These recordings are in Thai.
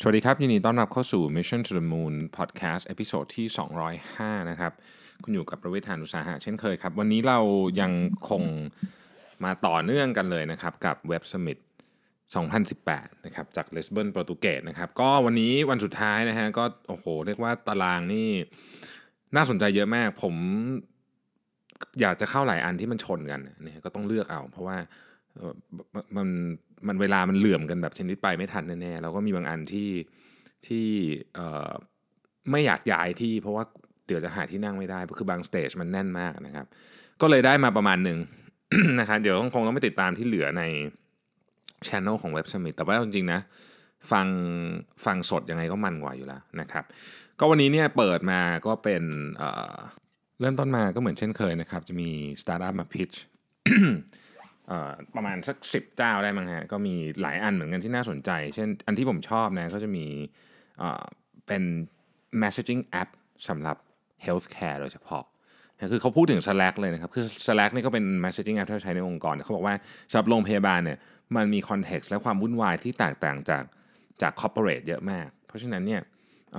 สวัสดีครับยินดีต้อนรับเข้าสู่ Mission to the Moon Podcast เอพิโซดที่205นะครับคุณอยู่กับประวิทย์ หาญอุตสาหะเช่นเคยครับวันนี้เรายังคงมาต่อเนื่องกันเลยนะครับกับ Web Summit 2018นะครับจากลิสบอนโปรตุเกสนะครับก็วันนี้วันสุดท้ายนะฮะก็โอ้โหเรียกว่าตารางนี่น่าสนใจเยอะมากผมอยากจะเข้าหลายอันที่มันชนกันนะก็ต้องเลือกเอาเพราะว่าเอ่อมันมันเวลามันเหลื่อมกันแบบชนิดไปไม่ทันแน่ๆแล้วก็มีบางอันที่ไม่อยากย้ายที่เพราะว่าเดี๋ยวจะหาที่นั่งไม่ได้เพราะคือบางสเตจมันแน่นมากนะครับก็เลยได้มาประมาณหนึ่ง นะครับเดี๋ยวคงต้องไปติดตามที่เหลือใน Channel ของ Web Summit แต่ว่าจริงๆนะฟังฟังสดยังไงก็มันกว่าอยู่แล้วนะครับก็วันนี้เนี่ยเปิดมาก็เป็นเริ่มต้นมาก็เหมือนเช่นเคยนะครับจะมีสตาร์ทอัพมาพิช ประมาณสัก10เจ้าได้มั้งฮะก็มีหลายอันเหมือนกันที่น่าสนใจเช่นอันที่ผมชอบนะก็จะมีเป็น messaging app สำหรับ healthcare โดยเฉพาะคือเขาพูดถึง Slack เลยนะครับคือ Slack นี่ก็เป็น messaging app ที่เราใช้ในองค์กรแต่เขาบอกว่าสำหรับโรงพยาบาลเนี่ยมันมี context และความวุ่นวายที่แตกต่างจาก corporate เยอะมากเพราะฉะนั้นเนี่ย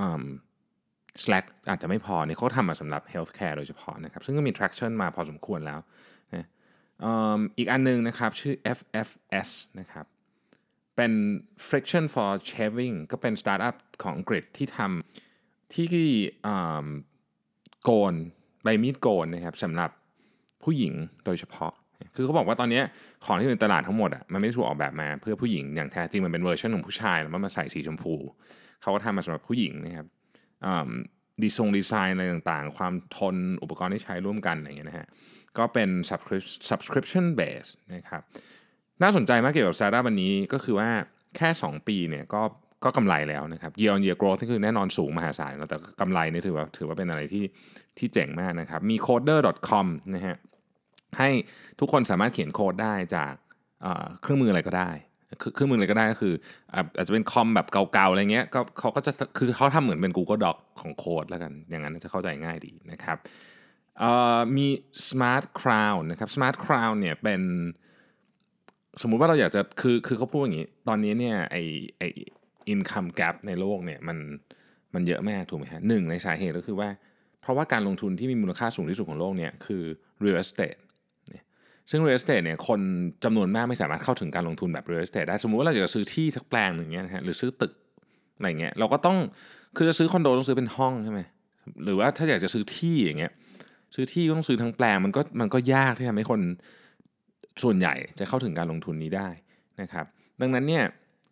Slack อาจจะไม่พอเนี่ยเขาทำมาสำหรับ healthcare โดยเฉพาะนะครับซึ่งก็มี traction มาพอสมควรแล้วนะอีกอันนึงนะครับชื่อ FFS นะครับเป็น friction for shaving ก็เป็นสตาร์ทอัพของอังกฤษที่ทำที่โกนใบมีดโกนนะครับสำหรับผู้หญิงโดยเฉพาะคือเขาบอกว่าตอนนี้ของที่อยู่ในตลาดทั้งหมดอ่ะมันไม่ได้ถูกออกแบบมาเพื่อผู้หญิงอย่างแท้จริงมันเป็นเวอร์ชันของผู้ชายแล้วมันมาใส่สีชมพูเขาก็ทำมาสำหรับผู้หญิงนะครับดีไซน์อะไรต่างๆความทนอุปกรณ์ที่ใช้ร่วมกันอะไรอย่างเงี้ยนะฮะก็เป็น subscription base นะครับน่าสนใจมากเกี่ยวกับ startup อันนี้ก็คือว่าแค่2ปีเนี่ยก็กำไรแล้วนะครับ year on year growth ที่คือแน่นอนสูงมหาศาลแล้วแต่กำไรนี่ถือว่าเป็นอะไรที่เจ๋งมากนะครับมี coder.com นะฮะให้ทุกคนสามารถเขียนโค้ดได้จากเครื่องมืออะไรก็ได้เครื่องมืออะไรก็ได้ก็คืออาจจะเป็นคอมแบบเก่าๆอะไรเงี้ยก็เขาก็จะคือเขาทำเหมือนเป็น Google Doc ของโค้ดแล้วกันอย่างนั้นจะเข้าใจง่ายดีนะครับมี Smart Crown นะครับ Smart Crown เนี่ยเป็นสมมุติว่าเราอยากจะคือเขาพูดอย่างนี้ตอนนี้เนี่ยไอ income gap ในโลกเนี่ยมันเยอะมากถูกไหมฮะหนึ่งในสาเหตุก็คือว่าเพราะว่าการลงทุนที่มีมูลค่าสูงที่สุดของโลกเนี่ยคือ real estate ซึ่ง real estate เนี่ยคนจำนวนมากไม่สามารถเข้าถึงการลงทุนแบบ real estate ได้สมมุติว่าเราอยากจะซื้อที่สักแปลงหนึ่งเงี้ยนะฮะหรือซื้อตึกอะไรเงี้ยเราก็ต้องคือจะซื้อคอนโดต้องซื้อเป็นห้องใช่ไหมหรือว่าถ้าอยากจะซื้อที่อย่างเงี้ยซื้อที่ก็ต้องซื้อทั้งแปลงมันก็ยากที่ทำให้คนส่วนใหญ่จะเข้าถึงการลงทุนนี้ได้นะครับดังนั้นเนี่ย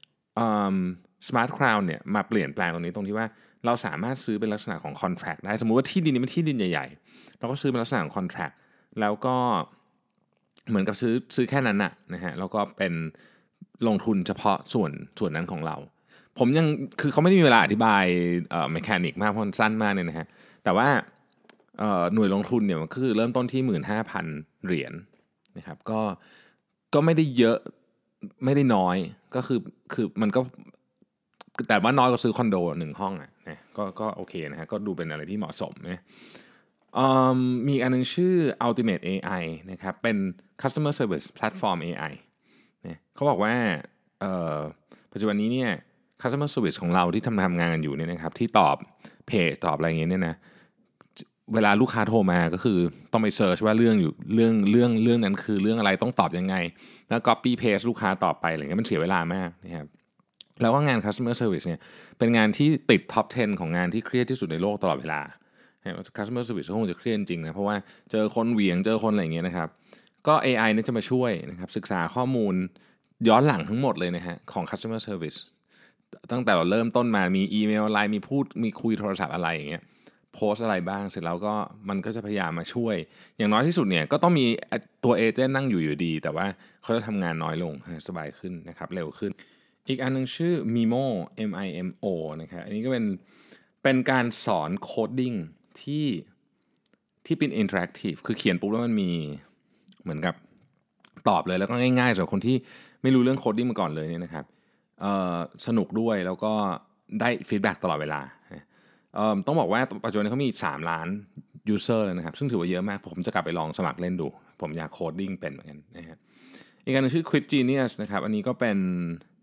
Smart Crown เนี่ยมาเปลี่ยนแปลงตรงนี้ตรงที่ว่าเราสามารถซื้อเป็นลักษณะของ contract ได้สมมุติว่าที่ดินนี้เป็นที่ดินใหญ่ๆเราก็ซื้อเป็นลักษณะของ contract แล้วก็เหมือนกับซื้อแค่นั้นนะฮะแล้วก็เป็นลงทุนเฉพาะส่วนนั้นของเราผมยังคือเขาไม่ได้มีเวลาอธิบายเมคานิกมากเพราะมันสั้นมากเนี่ยนะฮะแต่ว่าหน่วยลงทุนเนี่ยมันคือเริ่มต้นที่ 15,000 เหรียญนะครับก็ไม่ได้เยอะไม่ได้น้อยก็คือมันก็แต่ว่าน้อยกว่าซื้อคอนโด1ห้องนะก็โอเคนะฮะก็ดูเป็นอะไรที่เหมาะสมนะมีอันนึงชื่อ Ultimate AI นะครับเป็น Customer Service Platform AI เนี่ยเขาบอกว่าปัจจุบันนี้เนี่ย Customer Service ของเราที่ทำงานกันอยู่เนี่ยนะครับที่ตอบเพจตอบอะไรอย่างเงี้ยเนี่ยนะเวลาลูกค้าโทรมาก็คือต้องไปเซิร์ชว่าเรื่องอยู่เรื่องนั้นคือเรื่องอะไรต้องตอบยังไงแล้ว copy paste ลูกค้าต่อไปอะไรเงี้ยมันเสียเวลามากนะครับแล้วก็งาน customer service เนี่ยเป็นงานที่ติด top 10 ของงานที่เครียดที่สุดในโลกตลอดเวลา customer service ก็คงจะเครียดจริงนะเพราะว่าเจอคนเหวี่ยงเจอคนอะไรอย่างเงี้ยนะครับก็ AI เนี่ยจะมาช่วยนะครับศึกษาข้อมูลย้อนหลังทั้งหมดเลยนะฮะของ customer service ตั้งแต่เราเริ่มต้นมามีอีเมลอะไรมีคุยโทรศัพท์อะไรอย่างเงี้ยโพสอะไรบ้างเสร็จแล้วก็มันก็จะพยายามมาช่วยอย่างน้อยที่สุดเนี่ยก็ต้องมีตัวเอเจนต์นั่งอยู่ดีแต่ว่าเขาจะทำงานน้อยลงสบายขึ้นนะครับเร็วขึ้นอีกอันนึงชื่อ Mimo MIMO นะครับอันนี้ก็เป็นการสอนโคดดิ้งที่เป็นอินเทอร์แอคทีฟคือเขียนปุ๊บแล้วมันมีเหมือนกับตอบเลยแล้วก็ง่ายๆสำหรับคนที่ไม่รู้เรื่องโคดดิ้งมาก่อนเลยเนี่ยนะครับสนุกด้วยแล้วก็ได้ฟีดแบ็กตลอดเวลาต้องบอกว่าปัจจุบันเขามี3ล้านยูเซอร์เลยนะครับซึ่งถือว่าเยอะมากผมจะกลับไปลองสมัครเล่นดูผมอยากโคดดิ้งเป็นเหมือนกันนะฮะอีกอันนึงชื่อ Quit Genius นะครับอันนี้ก็เป็น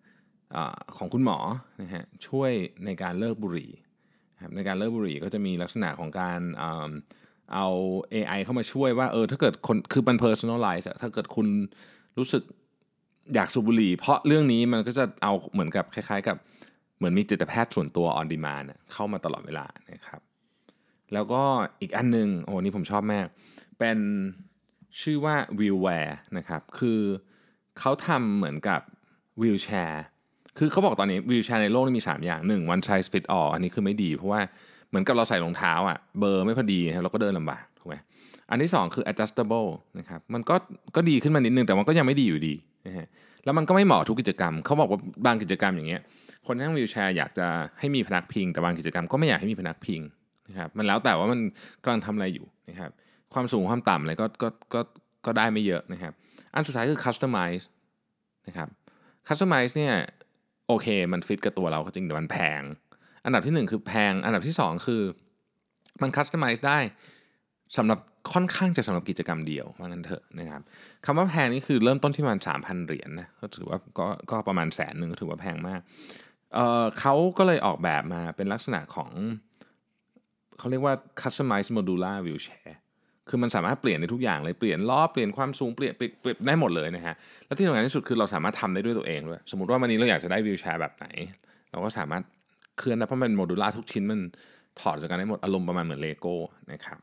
ของคุณหมอนะฮะช่วยในการเลิกบุหรี่ครับในการเลิกบุหรี่ก็จะมีลักษณะของการเอา AI เข้ามาช่วยว่าถ้าเกิดคนคือมัน personalize ถ้าเกิดคุณรู้สึกอยากสูบบุหรี่เพราะเรื่องนี้มันก็จะเอาเหมือนกับคล้ายๆกับเหมือนมีจิตแพทย์ส่วนตัว on demand เข้ามาตลอดเวลานะครับแล้วก็อีกอันนึงโอ้นี่ผมชอบมากเป็นชื่อว่า Wheelwear นะครับคือเขาทำเหมือนกับวีลแชร์คือเขาบอกตอนนี้วีลแชร์ในโลกนี่มี3อย่าง1 one size fit all อันนี้คือไม่ดีเพราะว่าเหมือนกับเราใส่รองเท้าเบอร์ไม่พอดีเราก็เดินลำบากถูกไหมอันที่2คือ adjustable นะครับมันก็ดีขึ้นมานิดนึงแต่มันก็ยังไม่ดีอยู่ดีนะฮะแล้วมันก็ไม่เหมาะทุกกิจกรรมเขาบอกว่าบางกิจกรรมอย่างเงี้ยคนนั่งวีลแชร์อยากจะให้มีพนักพิงแต่บางกิจกรรมก็ไม่อยากให้มีพนักพิงนะครับมันแล้วแต่ว่ามันกำลังทำอะไรอยู่นะครับความสูงความต่ำอะไรก็ได้ไม่เยอะนะครับอันสุดท้ายคือ customize นะครับ customize เนี่ยโอเคมันฟิตกับตัวเราก็จริงแต่มันแพงอันดับที่1คือแพงอันดับที่2คือมัน customize ได้สำหรับค่อนข้างจะสำหรับกิจกรรมเดียวว่างั้นเถอะนะครับคำว่าแพงนี่คือเริ่มต้นที่ประมาณ 3,000 เหรียญนะก็ถือว่าก็ประมาณ100,000ก็ถือว่าแพงมากเขาก็เลยออกแบบมาเป็นลักษณะของเขาเรียกว่า customize modular wheelchair คือมันสามารถเปลี่ยนได้ทุกอย่างเลยเปลี่ยนล้อเปลี่ยนความสูงเปลี่ยนได้หมดเลยนะฮะแล้วที่สำคัญที่สุดคือเราสามารถทำได้ด้วยตัวเองด้วยสมมุติว่าวันนี้เราอยากจะได้วีลแชร์แบบไหนเราก็สามารถเคลื่อนได้เพราะมันโมดูล่าทุกชิ้นมันถอดจากกันได้หมดอารมณ์ประมาณเหมือนเลโก้นะครับ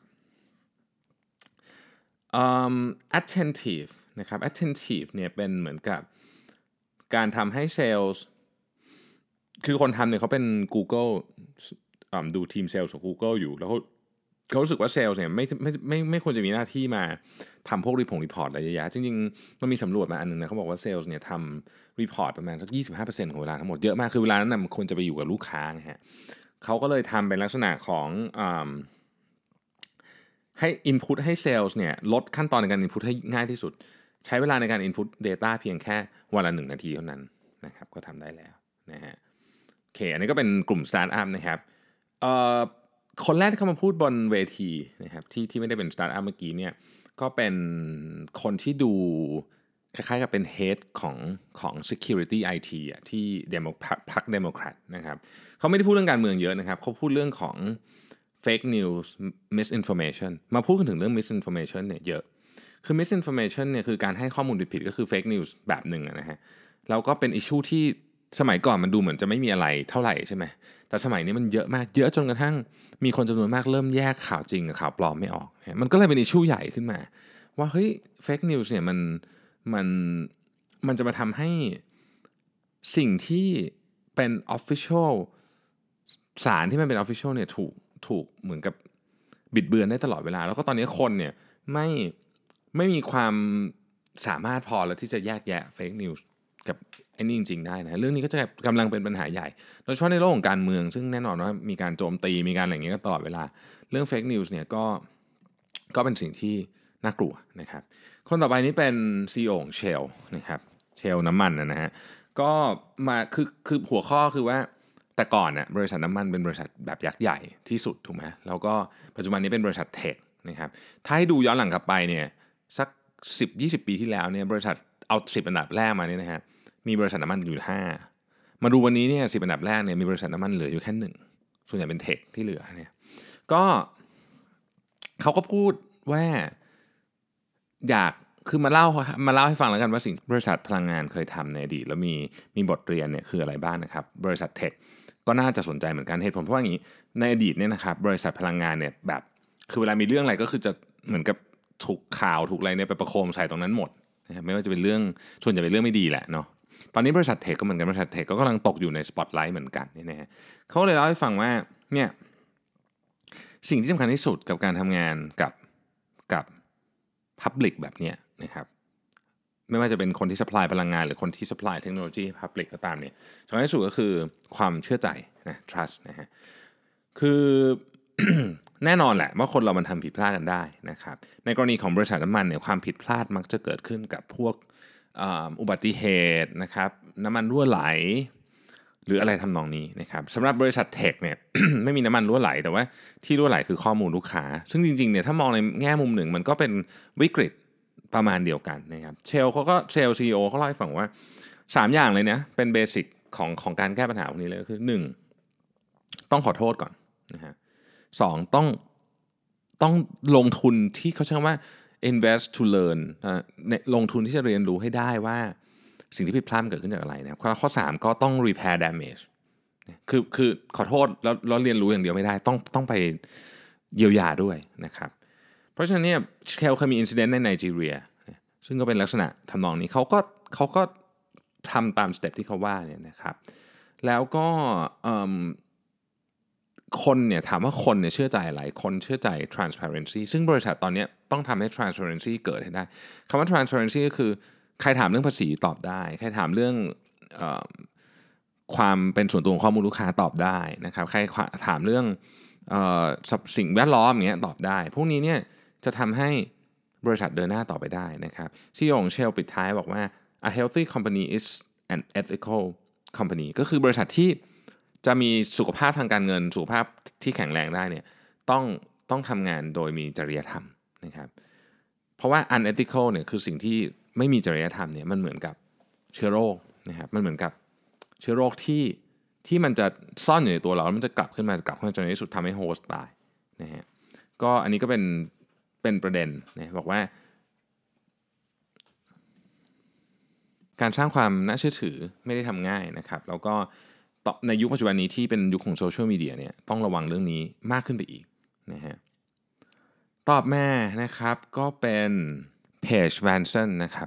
attentive นะครับ attentive เนี่ยเป็นเหมือนกับการทำให้เซลล์คือคนทำเนี่ยเขาเป็น Google ดูทีมเซลล์ของ Google อยู่แล้วเขารู้สึกว่าเซลล์เนี่ยไม่ควรจะมีหน้าที่มาทำพวกรีพอร์ตอะไรเยอะแยะจริงๆมันมีสำรวจมาอันนึงนะเขาบอกว่าเซลล์เนี่ยทำรีพอร์ตประมาณสัก 25% ของเวลาทั้งหมดเยอะมากคือเวลานั้นนะมันควรจะไปอยู่กับลูกค้าฮะเขาก็เลยทำเป็นลักษณะของให้ input ให้เซลล์เนี่ยลดขั้นตอนในการ input ให้ง่ายที่สุดใช้เวลาในการ input data เพียงแค่วันละ1 นาทีเท่านั้นนะครับก็ทำได้แล้วนะฮะโอเคอันนี้ก็เป็นกลุ่มสตาร์ทอัพนะครับเอ่อคนแรกที่เข้ามาพูดบนเวทีนะครับที่ไม่ได้เป็นสตาร์ทอัพเมื่อกี้เนี่ยก็เป็นคนที่ดูคล้ายๆกับเป็น head ของ security IT ที่พรรคเดโมแครตนะครับเขาไม่ได้พูดเรื่องการเมืองเยอะนะครับเขาพูดเรื่องของ fake news misinformation มาพูดกันถึงเรื่อง misinformation เนี่ยเยอะคือ misinformation เนี่ยคือการให้ข้อมูลผิดๆก็คือ fake news แบบหนึ่งนะฮะแล้วก็เป็น issue ที่สมัยก่อนมันดูเหมือนจะไม่มีอะไรเท่าไหร่ใช่ไหมแต่สมัยนี้มันเยอะมากเยอะจนกระทั่งมีคนจำนวนมากเริ่มแยกข่าวจริงกับข่าวปลอมไม่ออกมันก็เลยเป็น issue ใหญ่ขึ้นมาว่าเฮ้ย fake news เนี่ยมันมันจะมาทำให้สิ่งที่เป็น official สารที่มันเป็น official เนี่ยถูกเหมือนกับบิดเบือนได้ตลอดเวลาแล้วก็ตอนนี้คนเนี่ยไม่ไม่มีความสามารถพอแล้วที่จะแยกแยะ fake news กับไอ้นี่จริงๆได้นะเรื่องนี้ก็จะกำลังเป็นปัญหาใหญ่โดยเฉพาะในโลกของการเมืองซึ่งแน่นอนว่ามีการโจมตีมีการอะไรอย่างเงี้ยตลอดเวลาเรื่อง fake news เนี่ยก็เป็นสิ่งที่น่ากลัวนะครับคนต่อไปนี้เป็น CEO ของ Shell นะครับ Shell น้ำมันนะฮะก็มาคือหัวข้อคือว่าแต่ก่อนน่ะบริษัทน้ำมันเป็นบริษัทแบบยักษ์ใหญ่ที่สุดถูกไหมแล้วก็ปัจจุบันนี้เป็นบริษัทเทคนะครับถ้าให้ดูย้อนหลังกลับไปเนี่ยสัก10-20 ปีที่แล้วเนี่ยบริษัทเอา10 อันดับแรกมาเนี่ยนะฮะมีบริษัทน้ำมันอยู่5มาดูวันนี้เนี่ย10 อันดับแรกเนี่ยมีบริษัทน้ำมันเหลืออยู่แค่1ส่วนใหญ่เป็นเทคที่เหลือเนี่ยก็เขาก็พูดว่าอยากคือมาเล่าให้ฟังแล้วกันว่าสิ่งบริษัทพลังงานเคยทำในอดีตแล้วมีบทเรียนเนี่ยคืออะไรบ้างนะครับบริษัทเทคก็น่าจะสนใจเหมือนกันเหตุผลเพราะว่าอย่างนี้ในอดีตเนี่ยนะครับบริษัทพลังงานเนี่ยแบบคือเวลามีเรื่องอะไรก็คือจะเหมือนกับถูกข่าวถูกอะไรเนี่ยไปประโคมใส่ตรงนั้นหมดนะครับไม่ว่าจะเป็นเรื่องส่วนใหญ่เป็นเรื่องไม่ดีแหละเนาะตอนนี้บริษัทเทคก็เหมือนกันบริษัทเทคก็กำลังตกอยู่ในสปอตไลท์เหมือนกันนี่นะฮะเขาเลยเล่าให้ฟังว่าเนี่ยสิ่งที่สำคัญที่สุดกับการทำงานกับ Public แบบเนี้ยนะครับไม่ว่าจะเป็นคนที่ supply พลังงานหรือคนที่ supply เทคโนโลยี Public ก็ตามเนี่ยสำคัญที่สุดก็คือความเชื่อใจนะ trust นะฮะคือ แน่นอนแหละว่าคนเรามันทำผิดพลาดกันได้นะครับในกรณีของบริษัทน้ำมันเนี่ยความผิดพลาดมักจะเกิดขึ้นกับพวกอุบัติเหตุนะครับน้ำมันรั่วไหลหรืออะไรทำนองนี้นะครับสำหรับบริษัทเทคเนี่ย ไม่มีน้ำมันรั่วไหลแต่ว่าที่รั่วไหลคือข้อมูลลูกค้าซึ่งจริงๆเนี่ยถ้ามองในแง่มุมหนึ่งมันก็เป็นวิกฤตประมาณเดียวกันนะครับเชลเขาก็เซลซีอีโอเขาเล่าให้ฟังว่า3 อย่างเลยนะเป็นเบสิกของการแก้ปัญหาพวกนี้เลยก็คือ1ต้องขอโทษก่อนนะฮะ2ต้องลงทุนที่เขาใช้คำว่า invest to learn ลงทุนที่จะเรียนรู้ให้ได้ว่าสิ่งที่ผิดพลาดเกิดขึ้นจากอะไรนะครับข้อ3ก็ต้อง repair damage คือขอโทษแล้วเรียนรู้อย่างเดียวไม่ได้ต้องไปเยียวยาด้วยนะครับเพราะฉะนั้นเนี่ยเคลเคยมีอินซิเดนต์ในไนจีเรียซึ่งก็เป็นลักษณะทำนองนี้เขาก็ทำตามสเต็ปที่เขาว่าเนี่ยนะครับแล้วก็คนเนี่ยถามว่าคนเนี่ยเชื่อใจอะไรคนเชื่อใจ transparency ซึ่งบริษัทตอนนี้ต้องทำให้ transparency เกิดให้ได้คำว่า transparency ก็คือใครถามเรื่องภาษีตอบได้ใครถามเรื่องความเป็นส่วนตัวของข้อมูลลูกค้าตอบได้นะครับใครถามเรื่องสิ่งแวดล้อมอย่างเงี้ยตอบได้พวกนี้เนี่ยจะทำให้บริษัทเดินหน้าต่อไปได้นะครับ CEO ของ Shell ปิดท้ายบอกว่า a healthy company is an ethical company ก็คือบริษัทที่จะมีสุขภาพทางการเงินสุขภาพที่แข็งแรงได้เนี่ยต้องทำงานโดยมีจริยธรรมนะครับเพราะว่า unethical เนี่ยคือสิ่งที่ไม่มีจริยธรรมเนี่ยมันเหมือนกับเชื้อโรคนะครับมันเหมือนกับเชื้อโรคที่มันจะซ่อนอยู่ในตัวเราแล้วมันจะกลับขึ้นมาจนในที่สุดทำให้โฮสต์ตายนะฮะก็อันนี้ก็เป็นประเด็นนะบอกว่าการสร้างความน่าเชื่อถือไม่ได้ทำง่ายนะครับแล้วก็ในยุคปัจจุบันนี้ที่เป็นยุคของโซเชียลมีเดียเนี่ยต้องระวังเรื่องนี้มากขึ้นไปอีกนะฮะตอบแม่นะครับก็เป็นเพจแวนเซนนะครับ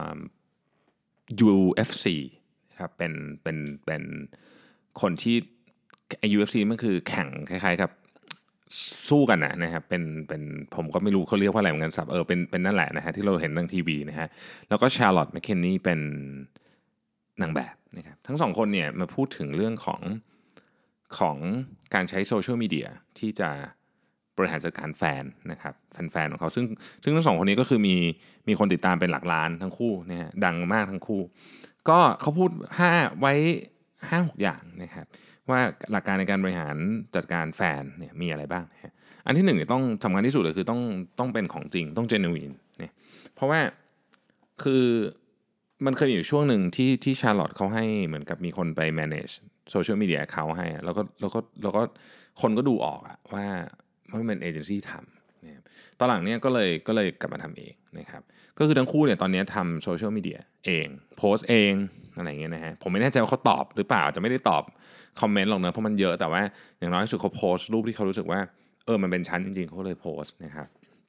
UFC ครับเป็นคนที่ UFC มันคือแข่งคล้ายๆกับสู้กันนะครับเป็นผมก็ไม่รู้เขาเรียกว่าอะไรเหมือนกันสับเป็นนั่นแหละนะฮะที่เราเห็นทางทีวีนะฮะแล้วก็ชาร์ลอตต์แมคเคนนี่เป็นนางแบบนะครับทั้งสองคนเนี่ยมาพูดถึงเรื่องของการใช้โซเชียลมีเดียที่จะบริหารจัดการแฟนนะครับแฟนของเขาซึ่งทั้งสองคนนี้ก็คือมีคนติดตามเป็นหลักล้านทั้งคู่นะฮะดังมากทั้งคู่ก็เขาพูดไว้ 5-6 อย่างนะครับว่าหลักการในการบริหารจัดการแฟนเนี่ยมีอะไรบ้างนะอันที่1เนี่ยต้องสำคัญที่สุดเลยคือต้องเป็นของจริงต้อง genuine เนี่ยเพราะว่าคือมันเคยมีอยู่ช่วงหนึ่งที่ชาร์ลอตเขาให้เหมือนกับมีคนไป manage โซเชียลมีเดียเขาให้แล้วก็คนก็ดูออกอะว่ามันเป็นเอเจนซี่ทำนะครับตอนหลังเนี่ยก็เลยกลับมาทำเองนะครับก็คือทั้งคู่เนี่ยตอนนี้ทำโซเชียลมีเดียเองโพสต์เองอะไรเงี้ยนะฮะผมไม่แน่ใจว่าเขาตอบหรือเปล่าจะไม่ได้ตอบคอมเมนต์หรอกนะเพราะมันเยอะแต่ว่าอย่างน้อยที่สุดเขาโพสต์รูปที่เขารู้สึกว่ามันเป็นชั้นจริงๆเขาเลยโพสต์นะครับ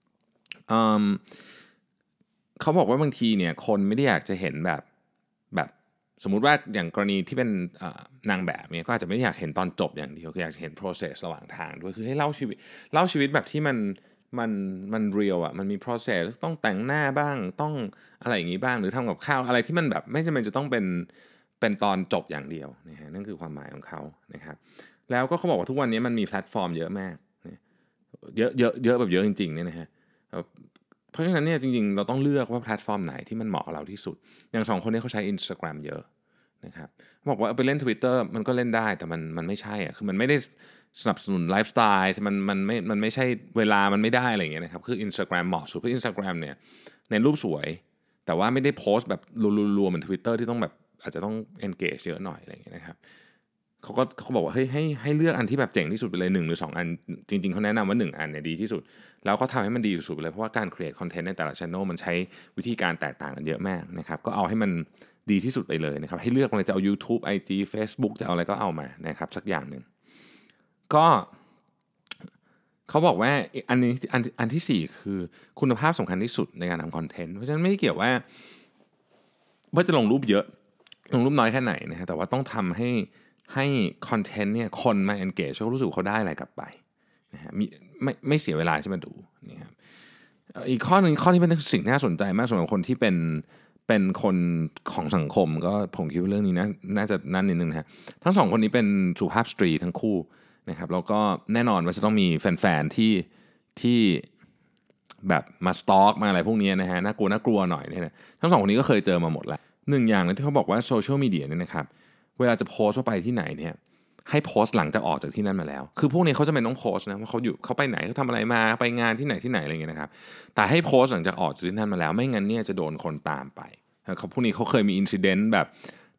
เขาบอกว่าบางทีเนี่ยคนไม่ได้อยากจะเห็นแบบสมมุติว่าอย่างกรณีที่เป็นนางแบบเนี่ยก็อาจจะไม่ได้อยากเห็นตอนจบอย่างเดียวคืออยากเห็น process ระหว่างทางด้วยคือให้เล่าชีวิตแบบที่มันเรียลอ่ะมันมี process ต้องแต่งหน้าบ้างต้องอะไรอย่างนี้บ้างหรือทำกับข้าวอะไรที่มันแบบไม่จำเป็นจะต้องเป็นตอนจบอย่างเดียวนะฮะนั่นคือความหมายของเขานะครับแล้วก็เขาบอกว่าทุกวันนี้มันมีแพลตฟอร์มเยอะมากเยอะแบบเยอะจริงๆเนี่ยนะฮะเพราะฉะนั้นเนี่ยจริงๆเราต้องเลือกว่าแพลตฟอร์มไหนที่มันเหมาะกับเราที่สุดอย่าง2คนนี้เขาใช้ Instagram เยอะนะครับบอกว่าไปเล่น Twitter มันก็เล่นได้แต่มันไม่ใช่อ่ะคือมันไม่ได้สนับสนุนไลฟ์สไตล์มันไม่ใช่เวลามันไม่ได้อะไรอย่างเงี้ยนะครับคือ Instagram เหมาะสุดเพราะ Instagram เนี่ยในรูปสวยแต่ว่าไม่ได้โพสต์แบบรัวๆเหมือน Twitter ที่ต้องแบบอาจจะต้อง engage เยอะหน่อยอะไรอย่างเงี้ยนะครับเขาบอกว่าเฮ้ยให้เลือกอันที่แบบเจ๋งที่สุดไปเลย1หรือ2อันจริงๆเขาแนะนำว่า1อันเนี่ยดีที่สุดแล้วก็ทำให้มันดีที่สุดไปเลยเพราะว่าการ create content ในแต่ละ channel มันใช้วิธีการแตกต่างกันเยอะมากนะครับก็เอาให้มันดีที่สุดไปเลยนะครับให้เลือกเลยจะเอา YouTube IG Facebook จะเอาอะไรก็เอามานะครับสักอย่างหนึ่งก็เขาบอกว่าอันนี้อันที่4คือคุณภาพสำคัญที่สุดในการทำคอนเทนต์เพราะฉะนั้นไม่เกี่ยวว่าจะลงรูปเยอะลงรูปน้อยแค่ไหนนะฮะแต่ว่าต้องทำให้คอนเทนต์เนี่ยคนมา engage เขารู้สึกเขาได้อะไรกลับไปนะฮะไม่เสียเวลาที่มาดูนี่ครับอีกข้อหนึ่งข้อที่เป็นสิ่งที่น่าสนใจมากสำหรับคนที่เป็นคนของสังคมก็ผมคิดว่าเรื่องนี้น่าจะนั่นนิดนึงนะฮะทั้งสองคนนี้เป็นสุภาพสตรีทั้งคู่นะครับแล้วก็แน่นอนว่าจะต้องมีแฟนๆที่แบบมาสตอกมาอะไรพวกนี้นะฮะน่ากลัวหน่อยเนี่ยนะทั้งสองคนนี้ก็เคยเจอมาหมดแล้วหนึ่งอย่างเลยที่เขาบอกว่าโซเชียลมีเดียเนี่ยนะครับเวลาจะโพสต์ว่าไปที่ไหนเนี่ยให้โพสต์หลังจากออกจากที่นั่นมาแล้วคือพวกนี้เขาจะเป็นต้องโพสต์นะว่าเขาไปไหนเขาทำอะไรมาไปงานที่ไหนอะไรเงี้ยนะครับแต่ให้โพสต์หลังจากออกจากที่นั่นมาแล้วไม่งั้นเนี่ยจะโดนคนตามไปเขาพวกนี้เขาเคยมีอินซิเดนต์แบบ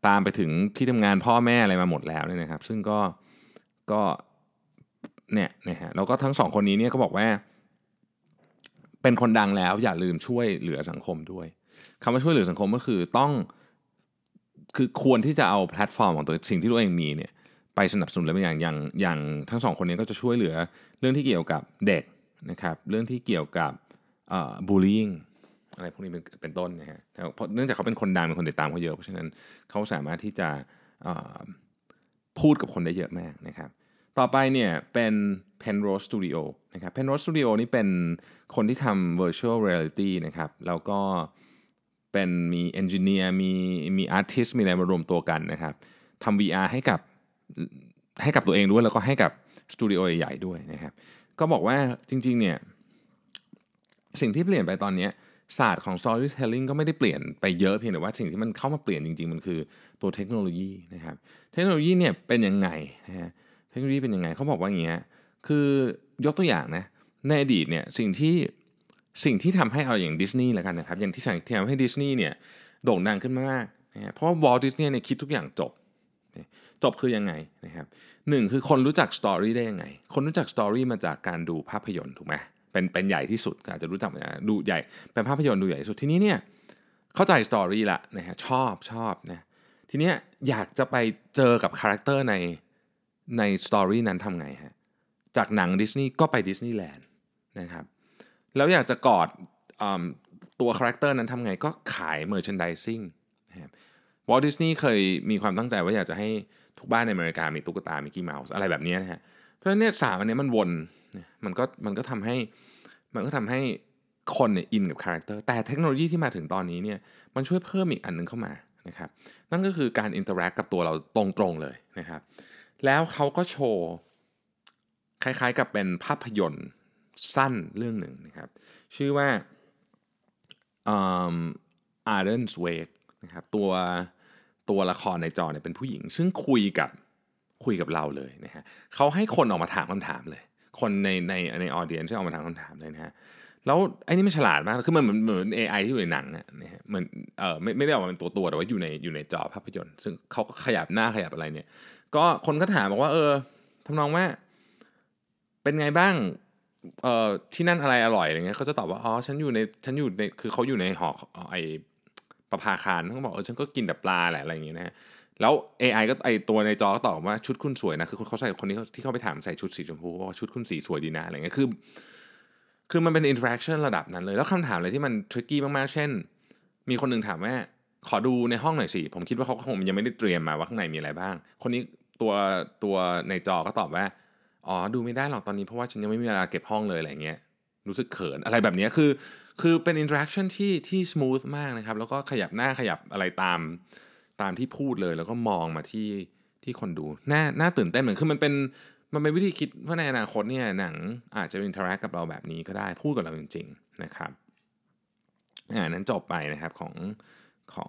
ตามไปถึงที่ทำงานพ่อแม่อะไรมาหมดแล้วเนี่ยนะครับซึ่งก็เนี่ยนะฮะแล้วก็ทั้ง2คนนี้เนี่ยก็บอกว่าเป็นคนดังแล้วอย่าลืมช่วยเหลือสังคมด้วยคำว่าช่วยเหลือสังคมก็คือคือควรที่จะเอาแพลตฟอร์มของตัวสิ่งที่ตัวเองมีเนี่ยไปสนับสนุนอะไรบางอย่างทั้ง2คนนี้ก็จะช่วยเหลือเรื่องที่เกี่ยวกับเด็กนะครับเรื่องที่เกี่ยวกับบูลลี่อะไรพวกนี้เป็นต้นนะฮะเพราะเนื่องจากเขาเป็นคนดังเป็นคนติดตามเขาเยอะเพราะฉะนั้นเขาสามารถที่จะพูดกับคนได้เยอะมากนะครับต่อไปเนี่ยเป็น Penrose Studio นะครับ Penrose Studio นี่เป็นคนที่ทำ virtual reality นะครับแล้วก็เป็นมี engineer มี artist มีอะไรมารวมตัวกันนะครับทำ VR ให้กับตัวเองด้วยแล้วก็ให้กับสตูดิโอใหญ่ๆด้วยนะครับก็บอกว่าจริงๆเนี่ยสิ่งที่เปลี่ยนไปตอนนี้ศาสตร์ของ storytelling ก็ไม่ได้เปลี่ยนไปเยอะเพียงแต่ว่าสิ่งที่มันเข้ามาเปลี่ยนจริงๆมันคือตัวเทคโนโลยีนะครับเทคโนโลยีเนี่ยเป็นยังไงนะฮะเทคโนโลยีเป็นยังไงเขาบอกว่าอย่างเงี้ยคือยกตัวอย่างนะในอดีตเนี่ยสิ่งที่ทำให้เอาอย่างดิสนีย์แล้วกันนะครับอย่างที่ทำให้ดิสนีย์เนี่ยโด่งดังขึ้นมากนะฮะเพราะว่าวอลต์ดิสนีย์เนี่ยคิดทุกอย่างจบคือยังไงนะครับหนึ่งคือคนรู้จักสตอรี่ได้ยังไงคนรู้จักสตอรี่มาจากการดูภาพยนตร์ถูกไหมเป็นใหญ่ที่สุดอาจจะรู้จักดูใหญ่เป็นภาพยนตร์ดูใหญ่ที่สุดทีนี้เนี่ยเข้าใจสตอรี่ละนะฮะชอบนะทีเนี้ยอยากจะไปเจอกับคาแรคเตอร์ในสตอรี่นั้นทำไงฮะจากหนังดิสนีย์ก็ไปดิสนีย์แลนด์นะครับแล้วอยากจะกอดตัวคาแรคเตอร์นั้นทำไงก็ขายเมอร์แชนดิซิ่งนะครับวอลต์ดิสนีย์เคยมีความตั้งใจว่าอยากจะให้ทุกบ้านในอเมริกามีตุ๊กตามิกกี้เมาส์อะไรแบบนี้นะฮะเพราะฉะนั้นเนี่ย3อันนี้มันวนมันก็ทำให้คนเนี่ยอินกับคาแรคเตอร์แต่เทคโนโลยีที่มาถึงตอนนี้เนี่ยมันช่วยเพิ่มอีกอันนึงเข้ามานะครับนั่นก็คือการอินเตอร์แอคกับตัวเราตรงๆเลยนะครับแล้วเขาก็โชว์คล้ายๆกับเป็นภาพยนตร์สั้นเรื่องหนึ่งนะครับชื่อว่าArden's Wake นะครับตัวละครในจอเนี่ยเป็นผู้หญิงซึ่งคุยกับเราเลยนะฮะเขาให้คนออกมาถามคำถามเลยคนในออเดียนที่ออกมาถามคำถามเลยนะฮะแล้วไอ้นี่มันฉลาดมากคือมันเหมือน AI ที่อยู่ในหนังนะฮะเหมือนไม่ได้ออกมาเป็นตัวแต่ว่าอยู่ในจอภาพยนตร์ซึ่งเขาก็ขยับหน้าขยับอะไรเนี่ยก็คนก็ถามบอกว่าทำนองว่าเป็นไงบ้างที่นั่นอะไรอร่อยอะไรเงี้ยเขาจะตอบว่าอ๋อฉันอยู่ในคือเขาอยู่ในหอไอประภาคารเขาบอกฉันก็กินแต่ปลาแหละอะไรอย่างเงี้ยนะฮะแล้ว AI ก็ไอตัวในจอก็ตอบว่าชุดคุณสวยนะคือเขาใส่คนที่เขาไปถามใส่ชุดสีชมพูว่าชุดคุณสีสวยดีนะอะไรเงี้ยคือมันเป็นอินเทอร์แอคชั่นระดับนั้นเลยแล้วคำถามอะไรที่มันทริกกี้มากๆเช่นมีคนหนึ่งถามว่าขอดูในห้องหน่อยสิผมคิดว่าเขาคงยังไม่ได้เตรียมมาว่าข้างในมีอะไรบ้างคนนี้ตัวในจอก็ตอบว่าอ๋อดูไม่ได้หรอกตอนนี้เพราะว่าฉันยังไม่มีเวลาเก็บห้องเลยอะไรเงี้ยรู้สึกเขินอะไรแบบนี้คือเป็นอินเทอร์แอคชั่นที่สมูทมากนะครับแล้วก็ขยับหน้าขยับอะไรตามที่พูดเลยแล้วก็มองมาที่คนดูน่าตื่นเต้นเหมือนคือมันเป็นวิธีคิดว่าในอนาคตเนี่ยหนังอาจจะอินเทอร์แอคกับเราแบบนี้ก็ได้พูดกับเราจริงๆนะครับนั้นจบไปนะครับของ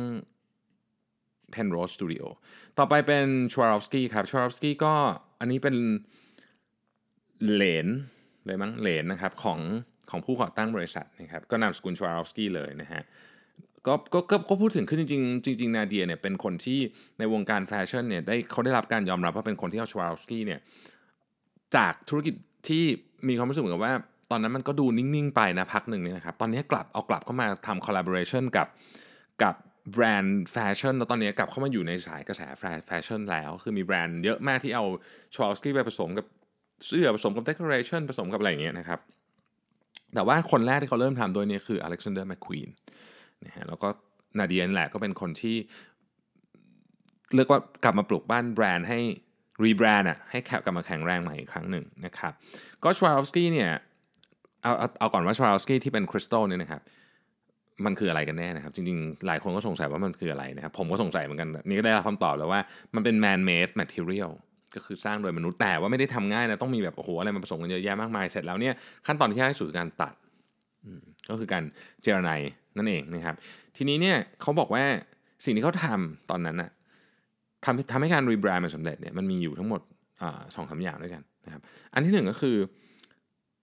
Penrose Studio ต่อไปเป็น Swarovski ครับ Swarovski ก็อันนี้เป็นเหลนเลยมั้งเหลนนะครับของผู้ก่อตั้งบริษัทนะครับก็นามสกุล Swarovski เลยนะฮะก็พูดถึงขึ้นจริงนาเดียเนี่ยเป็นคนที่ในวงการแฟชั่นเนี่ยเขาได้รับการยอมรับว่าเป็นคนที่เอา Swarovski เนี่ยจากธุรกิจที่มีความรู้สึกเหมือนกับว่าตอนนั้นมันก็ดูนิ่งๆไปนะพักหนึ่งเนี่ยนะครับตอนนี้กลับเข้ามาทำ collaboration กับแบรนด์แฟชั่นแล้วตอนนี้กลับเข้ามาอยู่ในสายกระแสแฟชั่นแล้วคือมีแบรนด์เยอะมากที่เอา Swarovski ไปผสมกับเสื้อผสมกับ decoration ผสมกับอะไรอย่างเงี้ยนะครับแต่ว่าคนแรกที่เขาเริ่มทำด้วยนี่คือ Alexander McQueen นะฮะแล้วก็นาเดียนแหละก็เป็นคนที่เรียกว่ากลับมาปลุกบ้านแบรนด์ให้รีแบรนด์ให้กลับมาแข็งแรงใหม่อีกครั้งหนึ่งนะครับก็ Swarovski เนี่ยเอาก่อนว่า Swarovski ที่เป็นคริสตัลเนี่ยนะครับมันคืออะไรกันแน่นะครับจริงๆหลายคนก็สงสัยว่ามันคืออะไรนะครับผมก็สงสัยเหมือนกันนี่ก็ได้รับคำตอบแล้วว่ามันเป็น man made material ก็คือสร้างโดยมนุษย์แต่ว่าไม่ได้ทำง่ายนะต้องมีแบบโอ้โหอะไรมาผสมกันเยอะแยะมากมายเสร็จแล้วเนี่ยขั้นตอนที่ยากที่สุดคือการตัดก็คือการเจรไนนั่นเองนะครับทีนี้เนี่ยเขาบอกว่าสิ่งที่เขาทำตอนนั้นน่ะทำให้การรีแบรนด์มันสำเร็จเนี่ยมันมีอยู่ทั้งหมด2-3 อย่างด้วยกันนะครับอันที่1ก็คือ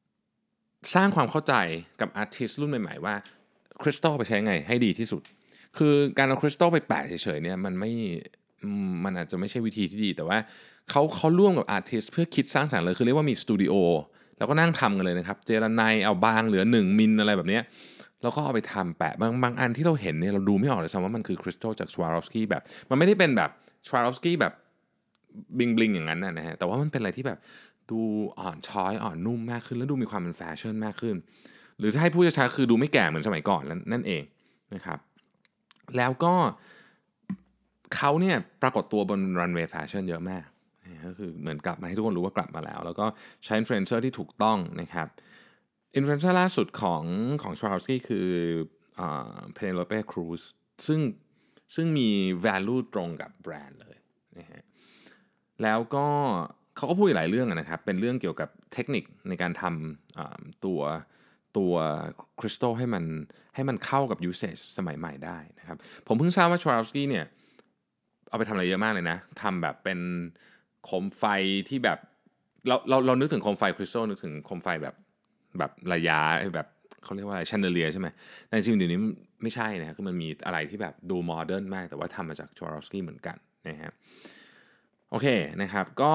สร้างความเข้าใจกับอาร์ติสต์รุ่นใหม่ๆว่าคริสตัลไปใช้ไงให้ดีที่สุดคือการเอาคริสตัลไปแปะเฉยๆเนี่ยมันอาจจะไม่ใช่วิธีที่ดีแต่ว่าเขาร่วมกับอาร์ติสต์เพื่อคิดสร้างสรรค์เลยคือเรียกว่ามีสตูดิโอแล้วก็นั่งทำกันเลยนะครับเจรไนเอาบางเหลือ1มิลอะไรแบบเนี้ยแล้วก็เอาไปทำแปะบางอันที่เราเห็นเนี่ยเราดูไม่ออกเลยซ้ำว่ามันคือคริสตัลจาก Swarovski แบบมันไม่ได้เป็นแบบ Swarovski แบบบลิงอย่างนั้นนะฮะแต่ว่ามันเป็นอะไรที่แบบดูอ่อนช้อยอ่อนนุ่มมากขึ้นแล้วดูมีความเป็นแฟชั่นมากขึ้นหรือถ้าให้พูดช้าๆคือดูไม่แก่เหมือนสมัยก่อนนั่นเองนะครับแล้วก็เขาเนี่ยปรากฏตัวบนรันเวย์แฟชั่นเยอะมากก็คือเหมือนกลับมาให้ทุกคนรู้ว่ากลับมาแล้วก็ใช้อินฟลูเอนเซอร์ที่ถูกต้องนะครับอินฟลูเอนเซอร์ล่าสุดของ Swarovski คือPenelope Cruz ซึ่งซึ่งมี value ตรงกับแบรนด์เลยนะฮะแล้วก็เขาก็พูดหลายเรื่องนะครับเป็นเรื่องเกี่ยวกับเทคนิคในการทำตัวคริสตัลให้มันเข้ากับ usage สมัยใหม่ได้นะครับผมเพิ่งทราบว่า Swarovski เนี่ยเอาไปทำอะไรเยอะมากเลยนะทำแบบเป็นโคมไฟที่แบบเรานึกถึงโคมไฟคริสตัลนึกถึงโคมไฟแบบระยะแบบเขาเรียกว่าอะไรแชนเดอเลียร์ใช่ไหมแต่จริงๆเดี๋ยวนี้ไม่ใช่นะคือมันมีอะไรที่แบบดูโมเดิร์นมากแต่ว่าทำมาจาก Swarovski เหมือนกันนะครับโอเคนะครับก็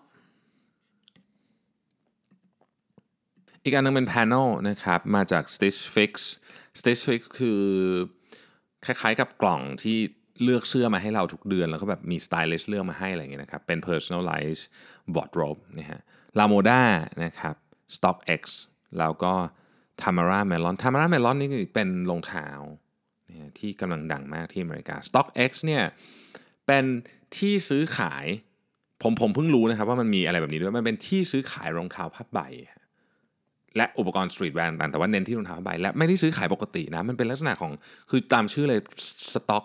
อีกอันนึงเป็น panel นะครับมาจาก Stitch Fix Stitch Fix คือคล้ายๆกับกล่องที่เลือกเสื้อมาให้เราทุกเดือนแล้วก็แบบมี stylist เลือกมาให้อะไรอย่างเงี้ยนะครับเป็น personalized wardrobe นะฮะ Lamoda นะครับ StockX แล้วก็ Tamara Melon Tamara Melon นี่เป็นรองเท้านะที่กำลังดังมากที่อเมริกา StockX เนี่ยเป็นที่ซื้อขายผมเพิ่งรู้นะครับว่ามันมีอะไรแบบนี้ด้วยมันเป็นที่ซื้อขายรองเท้าผ้าใบและอุปกรณ์สตรีทแวร์ต่างๆแต่ว่าเน้นที่รองเท้าผ้าใบและไม่ได้ซื้อขายปกตินะมันเป็นลักษณะของคือตามชื่อเลย Stock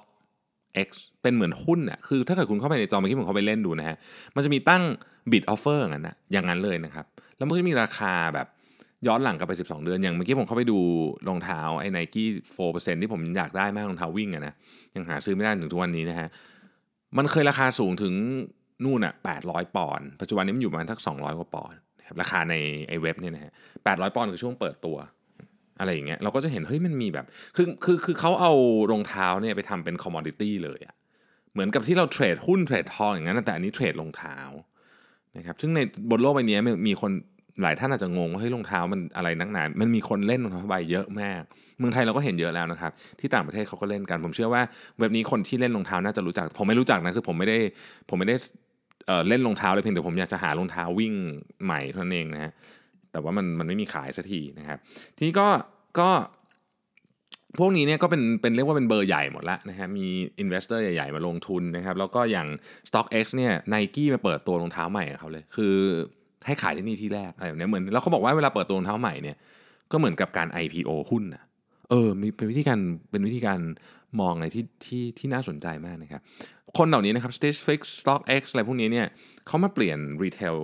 X เป็นเหมือนหุ้นอ่ะคือถ้าเกิดคุณเข้าไปในจอเมื่อกี้ผมเข้าไปเล่นดูนะฮะมันจะมีตั้ง bid offer อย่างนั้นเลยนะครับแล้วมันก็จะมีราคาแบบย้อนหลังกลับไป12 เดือนอย่างเมื่อกี้ผมเข้าไปดูรองเท้าไอ้ Nike 4% ที่ผมอยากได้มากรองเท้าวิ่งอะนะยังหาซื้อไม่ได้ถึงทุกวันนี้นะฮะมันเคยราคาสูงถึงนู่นอ่ะ800 ปอนด์ปัจจุบันนี้มันอยู่ประมาณสัก200 กว่าปอนด์นะครับราคาในไอ้เว็บเนี่ยนะฮะ800 ปอนด์คือช่วงเปิดตัวอะไรอย่างเงี้ยเราก็จะเห็นเฮ้ยมันมีแบบคือเขาเอารองเท้าเนี่ยไปทำเป็นคอมมอดิตี้เลยอะเหมือนกับที่เราเทรดหุ้นเทรดทองอย่างนั้นนะแต่อันนี้เทรดรองเท้านะครับซึ่งในบนโลกใบนี้มีคนหลายท่านอาจจะงงว่าเฮ้ยรองเท้ามันอะไรนักหนามันมีคนเล่นรองเท้าผ้าใบเยอะมากเมืองไทยเราก็เห็นเยอะแล้วนะครับที่ต่างประเทศเขาก็เล่นกันผมเชื่อว่าเว็บนี้คนที่เล่นรองเท้าน่าจะรู้จักผมไม่รู้จักนะคือผมไม่ได้เล่นรองเท้าเลยเพียงแต่ผมอยากจะหารองเท้าวิ่งใหม่เท่านั้นเองนะฮะแต่ว่ามันไม่มีขายสักทีนะครับทีนี้ก็พวกนี้เนี่ยก็เป็นเรียกว่าเป็นเบอร์ใหญ่หมดแล้วนะฮะมี investor ใหญ่ๆมาลงทุนนะครับแล้วก็อย่าง StockX เนี่ย Nike มาเปิดตัวรองเท้าใหม่กับเขาเลยคือให้ขายที่นี่ที่แรกอะไรแบบนี้เหมือนแล้วเขาบอกว่าเวลาเปิดตัวรองเท้าใหม่เนี่ยก็เหมือนกับการ IPO หุ้นนะมีเป็นวิธีการมองอะไรที่น่าสนใจมากนะครับคนเหล่านี้นะครับ Stitch Fix StockX อะไรพวกนี้เนี่ยเขามาเปลี่ยน retail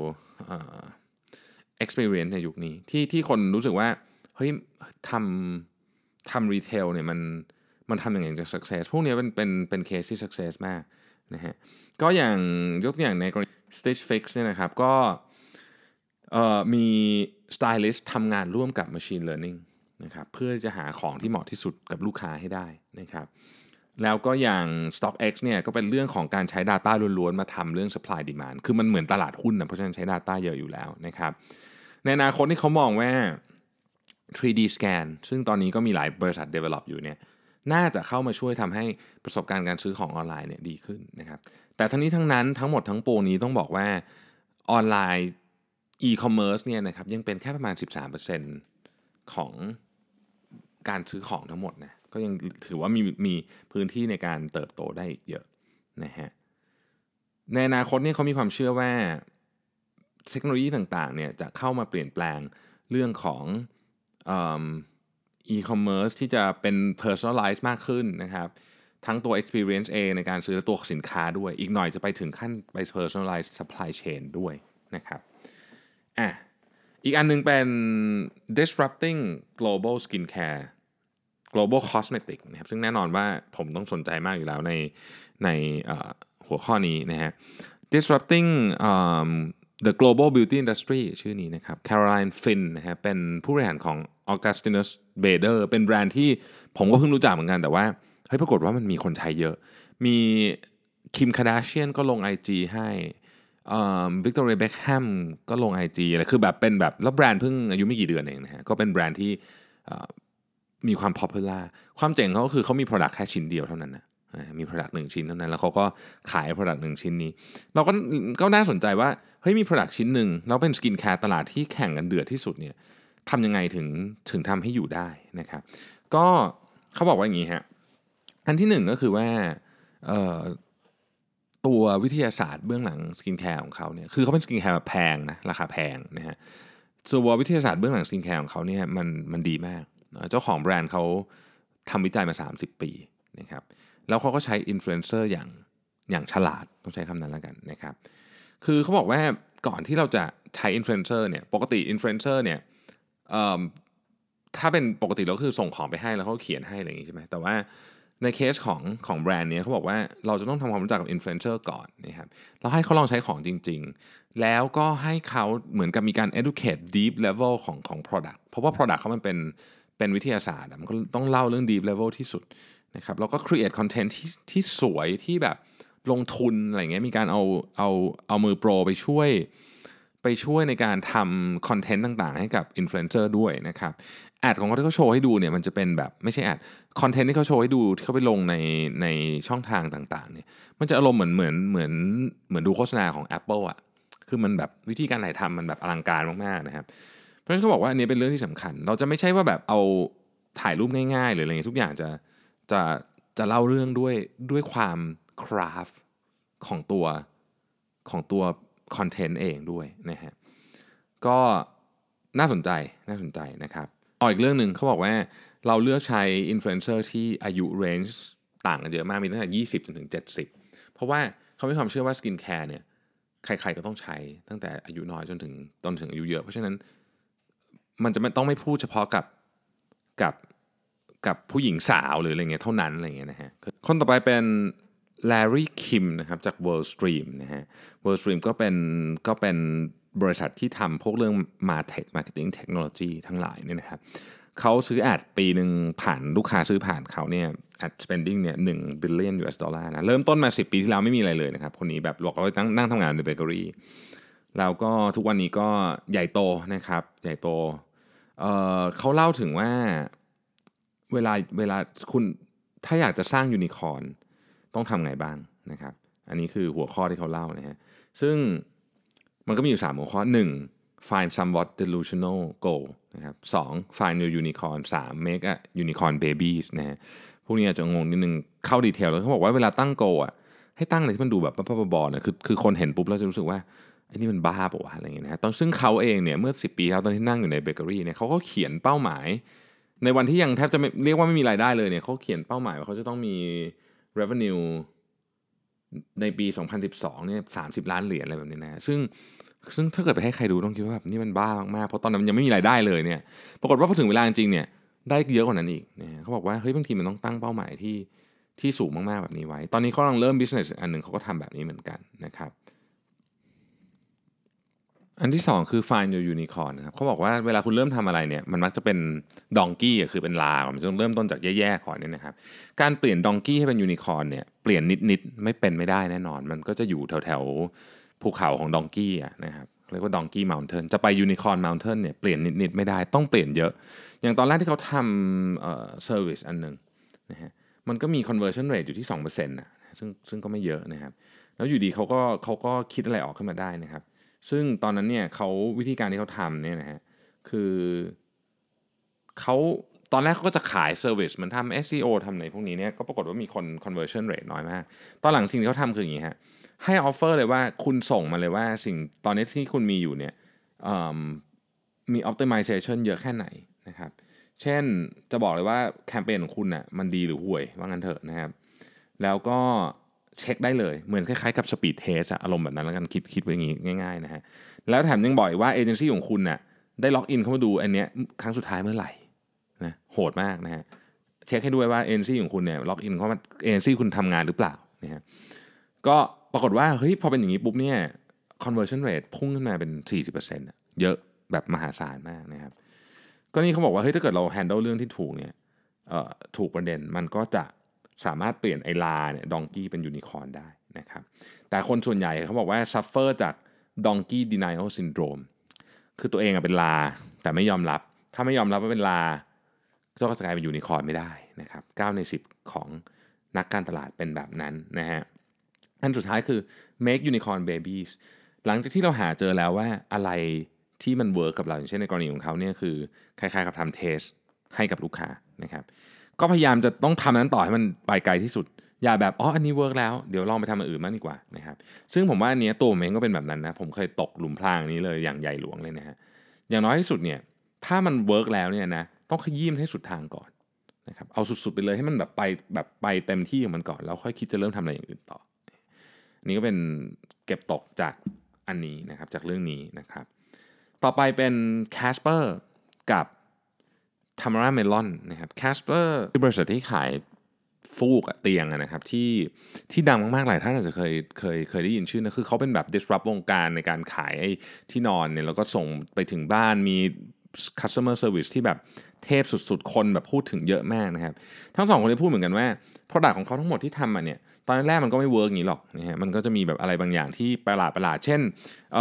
experience ในยุคนี้ที่คนรู้สึกว่าเฮ้ยททำรีเทลเนี่ยมันทำอย่างไรจะ success พวกนี้เป็นเคสที่ success มากนะฮะก็อย่างยกตัวอย่างในกรณี Stitch Fix เนี่ยนะครับก็มี stylist ทำงานร่วมกับ machine learning นะครับเพื่อจะหาของที่เหมาะที่สุดกับลูกค้าให้ได้นะครับแล้วก็อย่าง StockX เนี่ยก็เป็นเรื่องของการใช้ Data ล้วนๆมาทำเรื่อง supply demand คือมันเหมือนตลาดหุ้นนะเพราะฉะนั้นใช้ Data เยอะอยู่แล้วนะครับในอนาคตที่เขามองว่า 3D scan ซึ่งตอนนี้ก็มีหลายบริษัท develop อยู่เนี่ยน่าจะเข้ามาช่วยทำให้ประสบการณ์การซื้อของออนไลน์เนี่ยดีขึ้นนะครับแต่ทั้งนี้ทั้งนั้นทั้งหมดทั้งปวงนี้ต้องบอกว่าออนไลน์ e-commerce เนี่ยนะครับยังเป็นแค่ประมาณ 13% ของการซื้อของทั้งหมดนะก็ยังถือว่ามีพื้นที่ในการเติบโตได้อีกเยอะนะฮะในอนาคตเนี่ยเขามีความเชื่อว่าเทคโนโลยีต่างๆเนี่ยจะเข้ามาเปลี่ยนแปลงเรื่องของe-commerce ที่จะเป็น personalize มากขึ้นนะครับทั้งตัว experience เองในการซื้อและตัวสินค้าด้วยอีกหน่อยจะไปถึงขั้นไป personalize supply chain ด้วยนะครับอ่ะอีกอันนึงเป็น disrupting global skincare global cosmetic นะครับซึ่งแน่นอนว่าผมต้องสนใจมากอยู่แล้วในหัวข้อนี้นะฮะ disrupting the global beauty industry ชื่อนี้นะครับ Caroline Finn นะฮะเป็นผู้บริหารของ Augustinus Bader เป็นแบรนด์ที่ผมก็เพิ่งรู้จักเหมือนกันแต่ว่าเฮ้ยปรากฏว่ามันมีคนใช้เยอะมีคิมคาร์ดาเชียนก็ลง IG ให้วิกตอเรียเบ็คแฮมก็ลง IG อะไรคือแบบเป็นแบบแล้วแบรนด์เพิ่งอายุไม่กี่เดือนเองนะฮะก็เป็นแบรนด์ที่มีความ popular ความเจ๋งเขาก็คือเขามี product แค่ชิ้นเดียวเท่านั้นนะมี product 1ชิ้นเท่านั้นแล้วเขาก็ขาย product 1ชิ้นนี้เราก็น่าสนใจว่าเฮ้ยมี product ชิ้นหนึ่งแล้วเป็นสกินแคร์ตลาดที่แข่งกันเดือดที่สุดเนี่ยทำยังไงถึงทำให้อยู่ได้นะครับก็เขาบอกว่าอย่างนี้ฮะอันที่หนึ่งก็คือว่าตัววิทยาศาสตร์เบื้องหลังสกินแคร์ของเขาเนี่ยคือเขาเป็นสกินแคร์แบบแพงนะราคาแพงนะฮะตัววิทยาศาสตร์เบื้องหลังสกินแคร์ของเขาเนี่ยมันดีมากเจ้าของแบรนด์เขาทำวิจัยมา30 ปีนะครับแล้วเขาก็ใช้อินฟลูเอนเซอร์อย่างฉลาดต้องใช้คำนั้นแล้วกันนะครับคือเขาบอกว่าก่อนที่เราจะใช้อินฟลูเอนเซอร์เนี่ยปกติอินฟลูเอนเซอร์เนี่ยถ้าเป็นปกติเราคือส่งของไปให้แล้วเขาเขียนให้อะไรอย่างงี้ใช่ไหมแต่ว่าในเคสของแบรนด์เนี้ยเขาบอกว่าเราจะต้องทำความรู้จักกับอินฟลูเอนเซอร์ก่อนนะครับแล้วให้เขาลองใช้ของจริงๆแล้วก็ให้เขาเหมือนกับมีการ educate deep level ของ product เพราะว่า product เขามันเป็นวิทยาศาสตร์มันก็ต้องเล่าเรื่อง deep level ที่สุดนะครับแล้วก็ create content ที่สวยที่แบบลงทุนอะไรเงี้ยมีการเอามือโปรไปช่วยในการทำคอนเทนต์ต่างๆให้กับอินฟลูเอนเซอร์ด้วยนะครับแอดของเขาที่เขาโชว์ให้ดูเนี่ยมันจะเป็นแบบไม่ใช่แอดคอนเทนต์ที่เขาโชว์ให้ดูที่เขาไปลงในช่องทางต่างๆเนี่ยมันจะอารมณ์เหมือนดูโฆษณาของ Apple อ่ะคือมันแบบวิธีการถ่ายทำมันแบบอลังการมากๆนะครับเพราะฉะนั้นเขาบอกว่าอันนี้เป็นเรื่องที่สำคัญเราจะไม่ใช่ว่าแบบเอาถ่ายรูปง่ายๆหรืออะไรเงี้ยทุกอย่างจะจะเล่าเรื่องด้วยความคราฟของตัวคอนเทนต์เองด้วยนะฮะก็น่าสนใจนะครับอีกเรื่องหนึ่งเขาบอกว่าเราเลือกใช้อินฟลูเอนเซอร์ที่อายุเรนจ์ต่างกันเยอะมากมีตั้งแต่20จนถึง70เพราะว่าเขามีความเชื่อว่าสกินแคร์เนี่ยใครๆก็ต้องใช้ตั้งแต่อายุน้อยจนถึงอายุเยอะเพราะฉะนั้นมันจะไม่ต้องไม่พูดเฉพาะกับกับผู้หญิงสาวหรืออะไรเงี้ยเท่านั้นอะไรเงี้ยนะฮะคนต่อไปเป็น Larry Kim นะครับจาก WorldStream นะฮะ WorldStream ก็เป็นบริษัทที่ทำพวกเรื่อง MarTech Marketing Technology ทั้งหลายเนี่ยนะครับเขาซื้อแอดปีหนึ่งผ่านลูกค้าซื้อผ่านเขาเนี่ย ad spending เนี่ย1 billion US ดอลลาร์นะเริ่มต้นมา10 ปีที่แล้วไม่มีอะไรเลยนะครับคนนี้แบบบอกว่านั่งทำงานในเบเกอรี่แล้วก็ทุกวันนี้ก็ใหญ่โตนะครับใหญ่โตเขาเล่าถึงว่าเวลาคุณถ้าอยากจะสร้างยูนิคอร์นต้องทำไงบ้างนะครับอันนี้คือหัวข้อที่เขาเล่านะฮะซึ่งมันก็มีอยู่3หัวข้อ1 find somewhat delusional goal นะครับ2 find your unicorn 3 make a unicorn babies นะฮะพวกนี้อาจจะงงนิดนึงเข้าดีเทลแล้วเขาบอกว่าเวลาตั้ง goal อ่ะให้ตั้งอะไรที่มันดูแบบบ้าๆบอๆนะคือคนเห็นปุ๊บแล้วจะรู้สึกว่าไอ้นี่มันบ้าปะวะอะไรอย่างเงี้ยนะฮะซึ่งเขาเองเนี่ยเมื่อ10 ปีแล้วตอนที่นั่งอยู่ในเบเกอรี่เนี่ยเขาก็เขียนเป้าหมายในวันที่ยังแทบจะไม่เรียกว่าไม่มีรายได้เลยเนี่ยเขาเขียนเป้าหมายว่าเขาจะต้องมี revenue ในปี 2012 เนี่ย30 ล้านเหรียญอะไรแบบนี้นะซึ่งถ้าเกิดไปให้ใครดูต้องคิดว่าแบบนี่มันบ้ามากๆเพราะตอนนั้นยังไม่มีรายได้เลยเนี่ยปรากฏว่าพอถึงเวลาจริงๆเนี่ยได้เยอะกว่านั้นอีกนะเขาบอกว่าเฮ้ยบางทีมันต้องตั้งเป้าหมายที่สูงมากๆแบบนี้ไว้ตอนนี้เขากำลังเริ่ม business อันหนึ่งเขาก็ทำแบบนี้เหมือนกันนะครับอันที่2คือ find your unicorn นะครับเขาบอกว่าเวลาคุณเริ่มทำอะไรเนี่ยมันมักจะเป็นดองกี้คือเป็นลามันต้องเริ่มต้นจากแย่ๆก่อนเนี่ยนะครับการเปลี่ยนดองกี้ให้เป็นยูนิคอร์นเนี่ยเปลี่ยนนิดๆไม่ได้แน่นอนมันก็จะอยู่แถวๆภูเขาของดองกี้นะครับเรียกว่าดองกี้เมลเทนจะไปยูนิคอร์นเมลเทนเนี่ยเปลี่ยนนิดๆไม่ได้ต้องเปลี่ยนเยอะอย่างตอนแรกที่เขาทำเซอร์วิสอันหนึ่งนะฮะมันก็มี conversion rate อยู่ที่ 2% นะซึ่งก็ไม่เยอะนะครับแล้วอยู่ดีเขาก็คิดอะไรออกขึ้นมาได้นะครับซึ่งตอนนั้นเนี่ยวิธีการที่เขาทำเนี่ยนะฮะคือเขาตอนแรกเขาก็จะขายเซอร์วิสเหมือนทำ SEO ทำอะไรพวกนี้เนี่ยก็ปรากฏว่ามีคน conversion rate น้อยมากตอนหลังสิ่งที่เขาทำคืออย่างนี้ฮะให้ออฟเฟอร์เลยว่าคุณส่งมาเลยว่าสิ่งตอนนี้ที่คุณมีอยู่เนี่ยมี optimization เยอะแค่ไหนนะครับเช่นจะบอกเลยว่าแคมเปญของคุณน่ะมันดีหรือห่วยว่างั้นเถอะนะครับแล้วก็เช็คได้เลยเหมือนคล้ายๆกับ speed test อารมณ์แบบนั้นแล้วกันคิดไว้อย่างงี้ง่ายๆนะฮะแล้วแถมยังบอกอีกว่าเอเจนซี่ของคุณน่ะได้ล็อกอินเข้ามาดูอันเนี้ยครั้งสุดท้ายเมื่อไหร่นะโหดมากนะฮะเช็คให้ด้วยว่าเอเจนซี่ของคุณเนี่ยล็อกอินเข้ามาเอเจนซี่คุณทำงานหรือเปล่านะฮะก็ปรากฏว่าเฮ้ยพอเป็นอย่างนี้ปุ๊บเนี่ย conversion rate พุ่งขึ้นมาเป็น 40% เยอะแบบมหาศาลมากนะครับก็นี่เขาบอกว่าเฮ้ยถ้าเกิดเรา handle เรื่องที่ถูกเนี่ยถูกประเด็นมันก็จะสามารถเปลี่ยนไอ้ลาเนี่ยดองกี้เป็นยูนิคอร์นได้นะครับแต่คนส่วนใหญ่เขาบอกว่า suffer จาก donkey denial syndrome คือตัวเองเป็นลาแต่ไม่ยอมรับถ้าไม่ยอมรับว่าเป็นลาก็จะกลายเป็นยูนิคอร์นไม่ได้นะครับ9ใน10ของนักการตลาดเป็นแบบนั้นนะฮะอันสุดท้ายคือ make unicorn babies หลังจากที่เราหาเจอแล้วว่าอะไรที่มันเวิร์กกับเราอย่างเช่นในกรณีของเขาเนี่ยคือคล้ายๆกับทำเทสให้กับลูกค้านะครับก็พยายามจะต้องทำนั้นต่อให้มันไปไกลที่สุดอย่าแบบอันนี้เวิร์กแล้วเดี๋ยวลองไปทำอันอื่นบ้างดีกว่านะครับซึ่งผมว่าอันนี้ตัวผมเองก็เป็นแบบนั้นนะผมเคยตกหลุมพรางนี้เลยอย่างใหญ่หลวงเลยนะฮะอย่างน้อยที่สุดเนี่ยถ้ามันเวิร์กแล้วเนี่ยนะต้องขยี้มันให้สุดทางก่อนนะครับเอาสุดๆไปเลยให้มันแบบไปเต็มที่ของมันก่อนแล้วค่อยคิดจะเริ่มทำอะไรอย่างอื่นต่ออันนี้ก็เป็นเก็บตกจากอันนี้นะครับจากเรื่องนี้นะครับต่อไปเป็น Casper กับ Tamara Melon นะครับ Casper คือบริษัทที่ขายฟูกเตียงนะครับที่ดังมากๆหลายท่านอาจจะเคยได้ยินชื่อนะคือเขาเป็นแบบ disrupt วงการในการขายไอ้ที่นอนเนี่ยแล้วก็ส่งไปถึงบ้านมี customer service ที่แบบเทพสุดๆคนแบบพูดถึงเยอะมากนะครับทั้งสองคนได้พูดเหมือนกันว่า product ของเขาทั้งหมดที่ทำมาเนี่ยตอนแรกมันก็ไม่เวิร์กอย่างนี้หรอกนะฮะมันก็จะมีแบบอะไรบางอย่างที่ประหลาดเช่น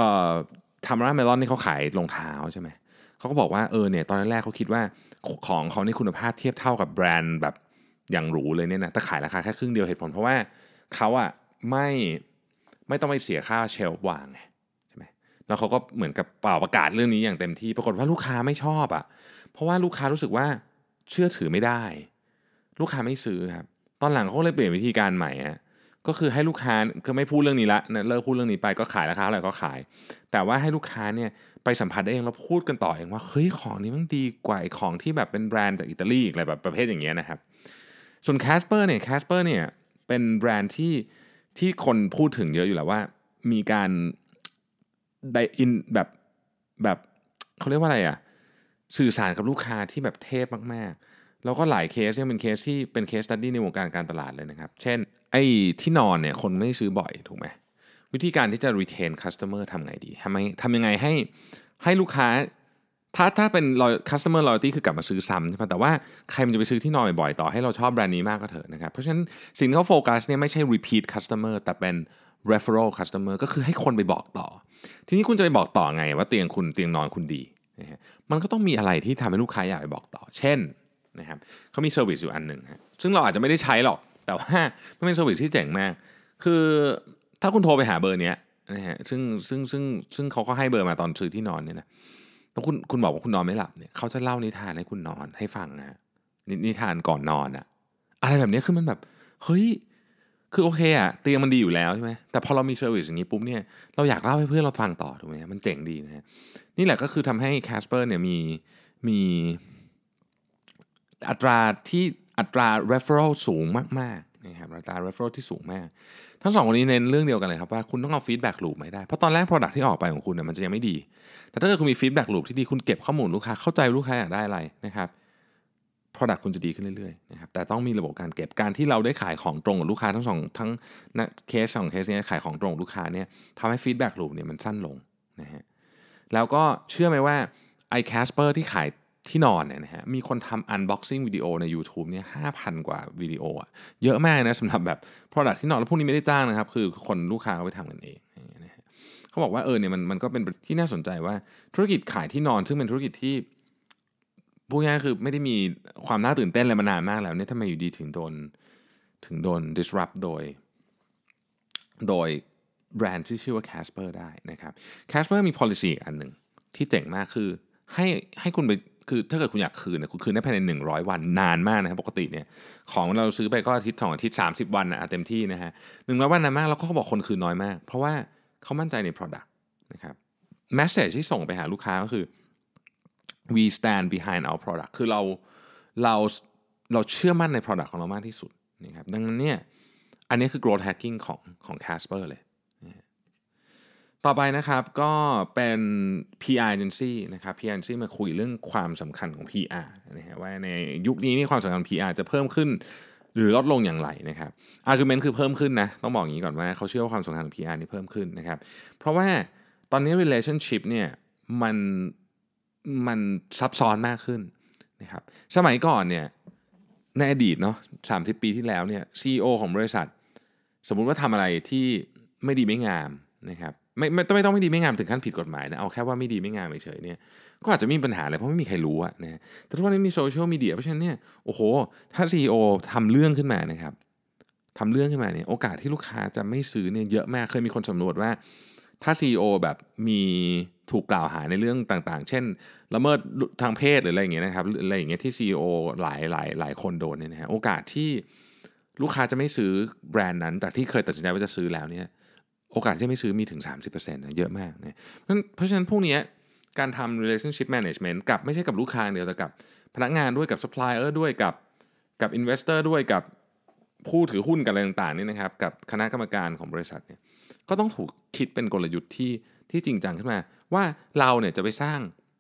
Tamara Melon นี่เขาขายรองเท้าใช่ไหมเขาก็บอกว่าเนี่ยตอนแรกเขาคิดว่าของเขาในคุณภาพเทียบเท่ากับแบรนด์แบบอย่างหรูเลยเนี่ยนะแต่ขายราคาแค่ครึ่งเดียวเหตุผลเพราะว่าเขาอะไม่ต้องไปเสียค่าเชลฟ์วางไงใช่ไหมแล้วเขาก็เหมือนกับเป่าประกาศเรื่องนี้อย่างเต็มที่ปรากฏว่าลูกค้าไม่ชอบอะเพราะว่าลูกค้ารู้สึกว่าเชื่อถือไม่ได้ลูกค้าไม่ซื้อครับตอนหลังเขาเลยเปลี่ยนวิธีการใหม่ฮะก็คือให้ลูกค้าก็ไม่พูดเรื่องนี้ละนะเลิกพูดเรื่องนี้ไปก็ขายราคาอะไรก็ขายแต่ว่าให้ลูกค้าเนี่ยไปสัมผัสได้เองแล้วพูดกันต่อเองว่าเฮ้ยของนี้มันดีกว่าของที่แบบเป็นแบรนด์จากอิตาลีอะไรแบบประเภทอย่างเงี้ยนะครับส่วน Casper เนี่ยเป็นแบรนด์ที่คนพูดถึงเยอะอยู่แล้วว่ามีการได้อินแบบเขาเรียกว่าอะไรอ่ะสื่อสารกับลูกค้าที่แบบเทพมากๆแล้วก็หลายเคสเนี่ยเป็นเคสที่เป็นเคสสตัดดี้ในวงการการตลาดเลยนะครับเช่นไอ้ที่นอนเนี่ยคนไม่ซื้อบ่อยถูกไหมวิธีการที่จะ retain customer ทำไงดีทำยังไงให้ลูกค้าถ้าเป็น customer loyalty คือกลับมาซื้อซ้ำใช่ไหมแต่ว่าใครมันจะไปซื้อที่นอนบ่อยๆต่อให้เราชอบแบรนด์นี้มากก็เถอะนะครับเพราะฉะนั้นสิ่งที่เขาโฟกัสเนี่ยไม่ใช่ repeat customer แต่เป็น referral customer ก็คือให้คนไปบอกต่อทีนี้คุณจะไปบอกต่อไงว่าเตียงนอนคุณดีนะฮะมันก็ต้องมีอะไรที่ทำให้ลูกค้าอยากไปบอกต่อเช่นนะครับเขามีเซอร์วิสอยู่อันหนึ่งฮะซึ่งเราอาจจะไม่ได้ใช้หรอกแต่ว่ามันเป็นเซอร์วิสที่เจ๋งมากคือถ้าคุณโทรไปหาเบอร์เนี้ยนะฮะซึ่งเขาก็ให้เบอร์มาตอนซื้อที่นอนเนี่ยนะแล้วคุณบอกว่าคุณนอนไม่หลับเนี่ยเขาจะเล่านิทานให้คุณนอนให้ฟังนะฮะนิทานก่อนนอนอะอะไรแบบนี้คือมันแบบเฮ้ยคือโอเคอะเตียงมันดีอยู่แล้วใช่ไหมแต่พอเรามีเซอร์วิสอย่างนี้ปุ๊บเนี่ยเราอยากเล่าให้เพื่อนเราฟังต่อถูกไหมมันเจ๋งดีนะฮะนี่แหละก็คือทำให้ Casper เนี่ยมีอัตราที่อัตรา referral สูงมากๆนะครับอัตรา referral ที่สูงมากทั้งสองคนนี้เน้นเรื่องเดียวกันเลยครับว่าคุณต้องเอา feedback loop มาให้ได้เพราะตอนแรก product ที่ออกไปของคุณเนี่ยมันจะยังไม่ดีแต่ถ้าเกิดคุณมี feedback loop ที่ดีคุณเก็บข้อมูลลูกค้าเข้าใจลูกค้าอยากได้อะไรนะครับ product คุณจะดีขึ้นเรื่อยๆนะครับแต่ต้องมีระบบการเก็บการที่เราได้ขายของตรงกับลูกค้าทั้งเคส2เคสนี้ขายของตรงกับลูกค้าเนี่ยทำให้ feedback loop เนี่ยมันสั้นลงนะฮะแล้วก็เชื่อไหมว่า iCasper ที่ขายที่นอนเนี่ยนะฮะมีคนทำ unboxing วิดีโอใน YouTube เนี่ย5,000 กว่าวิดีโออะเยอะมากนะสำหรับแบบ product ที่นอนแล้วพวกนี้ไม่ได้จ้างนะครับคือคนลูกค้าเขาไปทำกันเองนะฮะเขาบอกว่าเนี่ยมันก็เป็นที่น่าสนใจว่าธุรกิจขายที่นอนซึ่งเป็นธุรกิจที่พูดง่ายๆคือไม่ได้มีความน่าตื่นเต้นอะไรมานานมากแล้วเนี่ยทำไมอยู่ดีถึงโดน disrupt โดยแบรนด์ที่ชื่อว่า Casper ได้นะครับ Casper มี policy อีกอันหนึ่งที่เจ๋งมากคือให้คุณไปคือถ้าเกิดคุณอยากคืนเนี่ยคุณคืนได้ภายใน100วันนานมากนะครับปกติเนี่ยของเราซื้อไปก็อาทิตย์2อาทิตย์30วันนะเต็มที่นะฮะ100วันนานมากแล้วก็เขาบอกคนคืนน้อยมากเพราะว่าเขามั่นใจใน product นะครับ message ที่ส่งไปหาลูกค้าก็คือ we stand behind our product คือเราเราเชื่อมั่นใน product ของเรามากที่สุดนะครับดังนั้นเนี่ยอันนี้คือ growth hacking ของ Casper เลยต่อไปนะครับก็เป็น PR agency นะครับ PR agency มาคุยเรื่องความสำคัญของ PR นะฮะว่าในยุคนี้นี่ความสำคัญของ PR จะเพิ่มขึ้นหรือลดลงอย่างไรนะครับ argument คือเพิ่มขึ้นนะต้องบอกอย่างนี้ก่อนว่าเขาเชื่อว่าความสำคัญของ PR นี่เพิ่มขึ้นนะครับเพราะว่าตอนนี้ relationship เนี่ยมันซับซ้อนมากขึ้นนะครับสมัยก่อนเนี่ยในอดีตเนาะ30 ปีที่แล้วเนี่ย CEO ของบริษัทสมมุติว่าทำอะไรที่ไม่ดีไม่งามนะครับไม่ต้องไม่ดีไม่งามถึงขั้นผิดกฎหมายนะเอาแค่ว่าไม่ดีไม่งามเฉยๆเนี่ยก็อาจจะไม่มีปัญหาอะไรเพราะไม่มีใครรู้อะนะแต่ทุกวันนี้มี Social Media เพราะฉะนั้นเนี่ยโอ้โฮถ้า CEO ทำเรื่องขึ้นมานะครับทำเรื่องขึ้นมาเนี่ยโอกาสที่ลูกค้าจะไม่ซื้อเนี่ยเยอะมากเคยมีคนสำรวจว่าถ้า CEO แบบมีถูกกล่าวหาในเรื่องต่างๆเช่นละเมิดทางเพศหรืออะไรอย่างเงี้ยนะครับอะไรอย่างเงี้ยที่ CEO หลายคนโดนเนี่ยนะฮะโอกาสที่ลูกค้าจะไม่ซื้อแบรนด์นั้นจากที่เคยตัดสินใจว่าจะซื้อแล้วเนี่ยโอกาสที่จะไม่ซื้อมีถึง 30% นะเยอะมากนะเพราะฉะนั้นพวกเนี้ยการทำ relationship management กับไม่ใช่กับลูกค้าอย่างเดียวแต่กับพนักงานด้วยกับ supplier ด้วยกับ investor ด้วยกับผู้ถือหุ้นกับอะไรต่างๆนี่นะครับกับคณะกรรมการของบริษัทเนี่ยก็ต้องถูกคิดเป็นกลยุทธ์ที่จริงจังขึ้นมาว่าเราเนี่ยจะไปสร้าง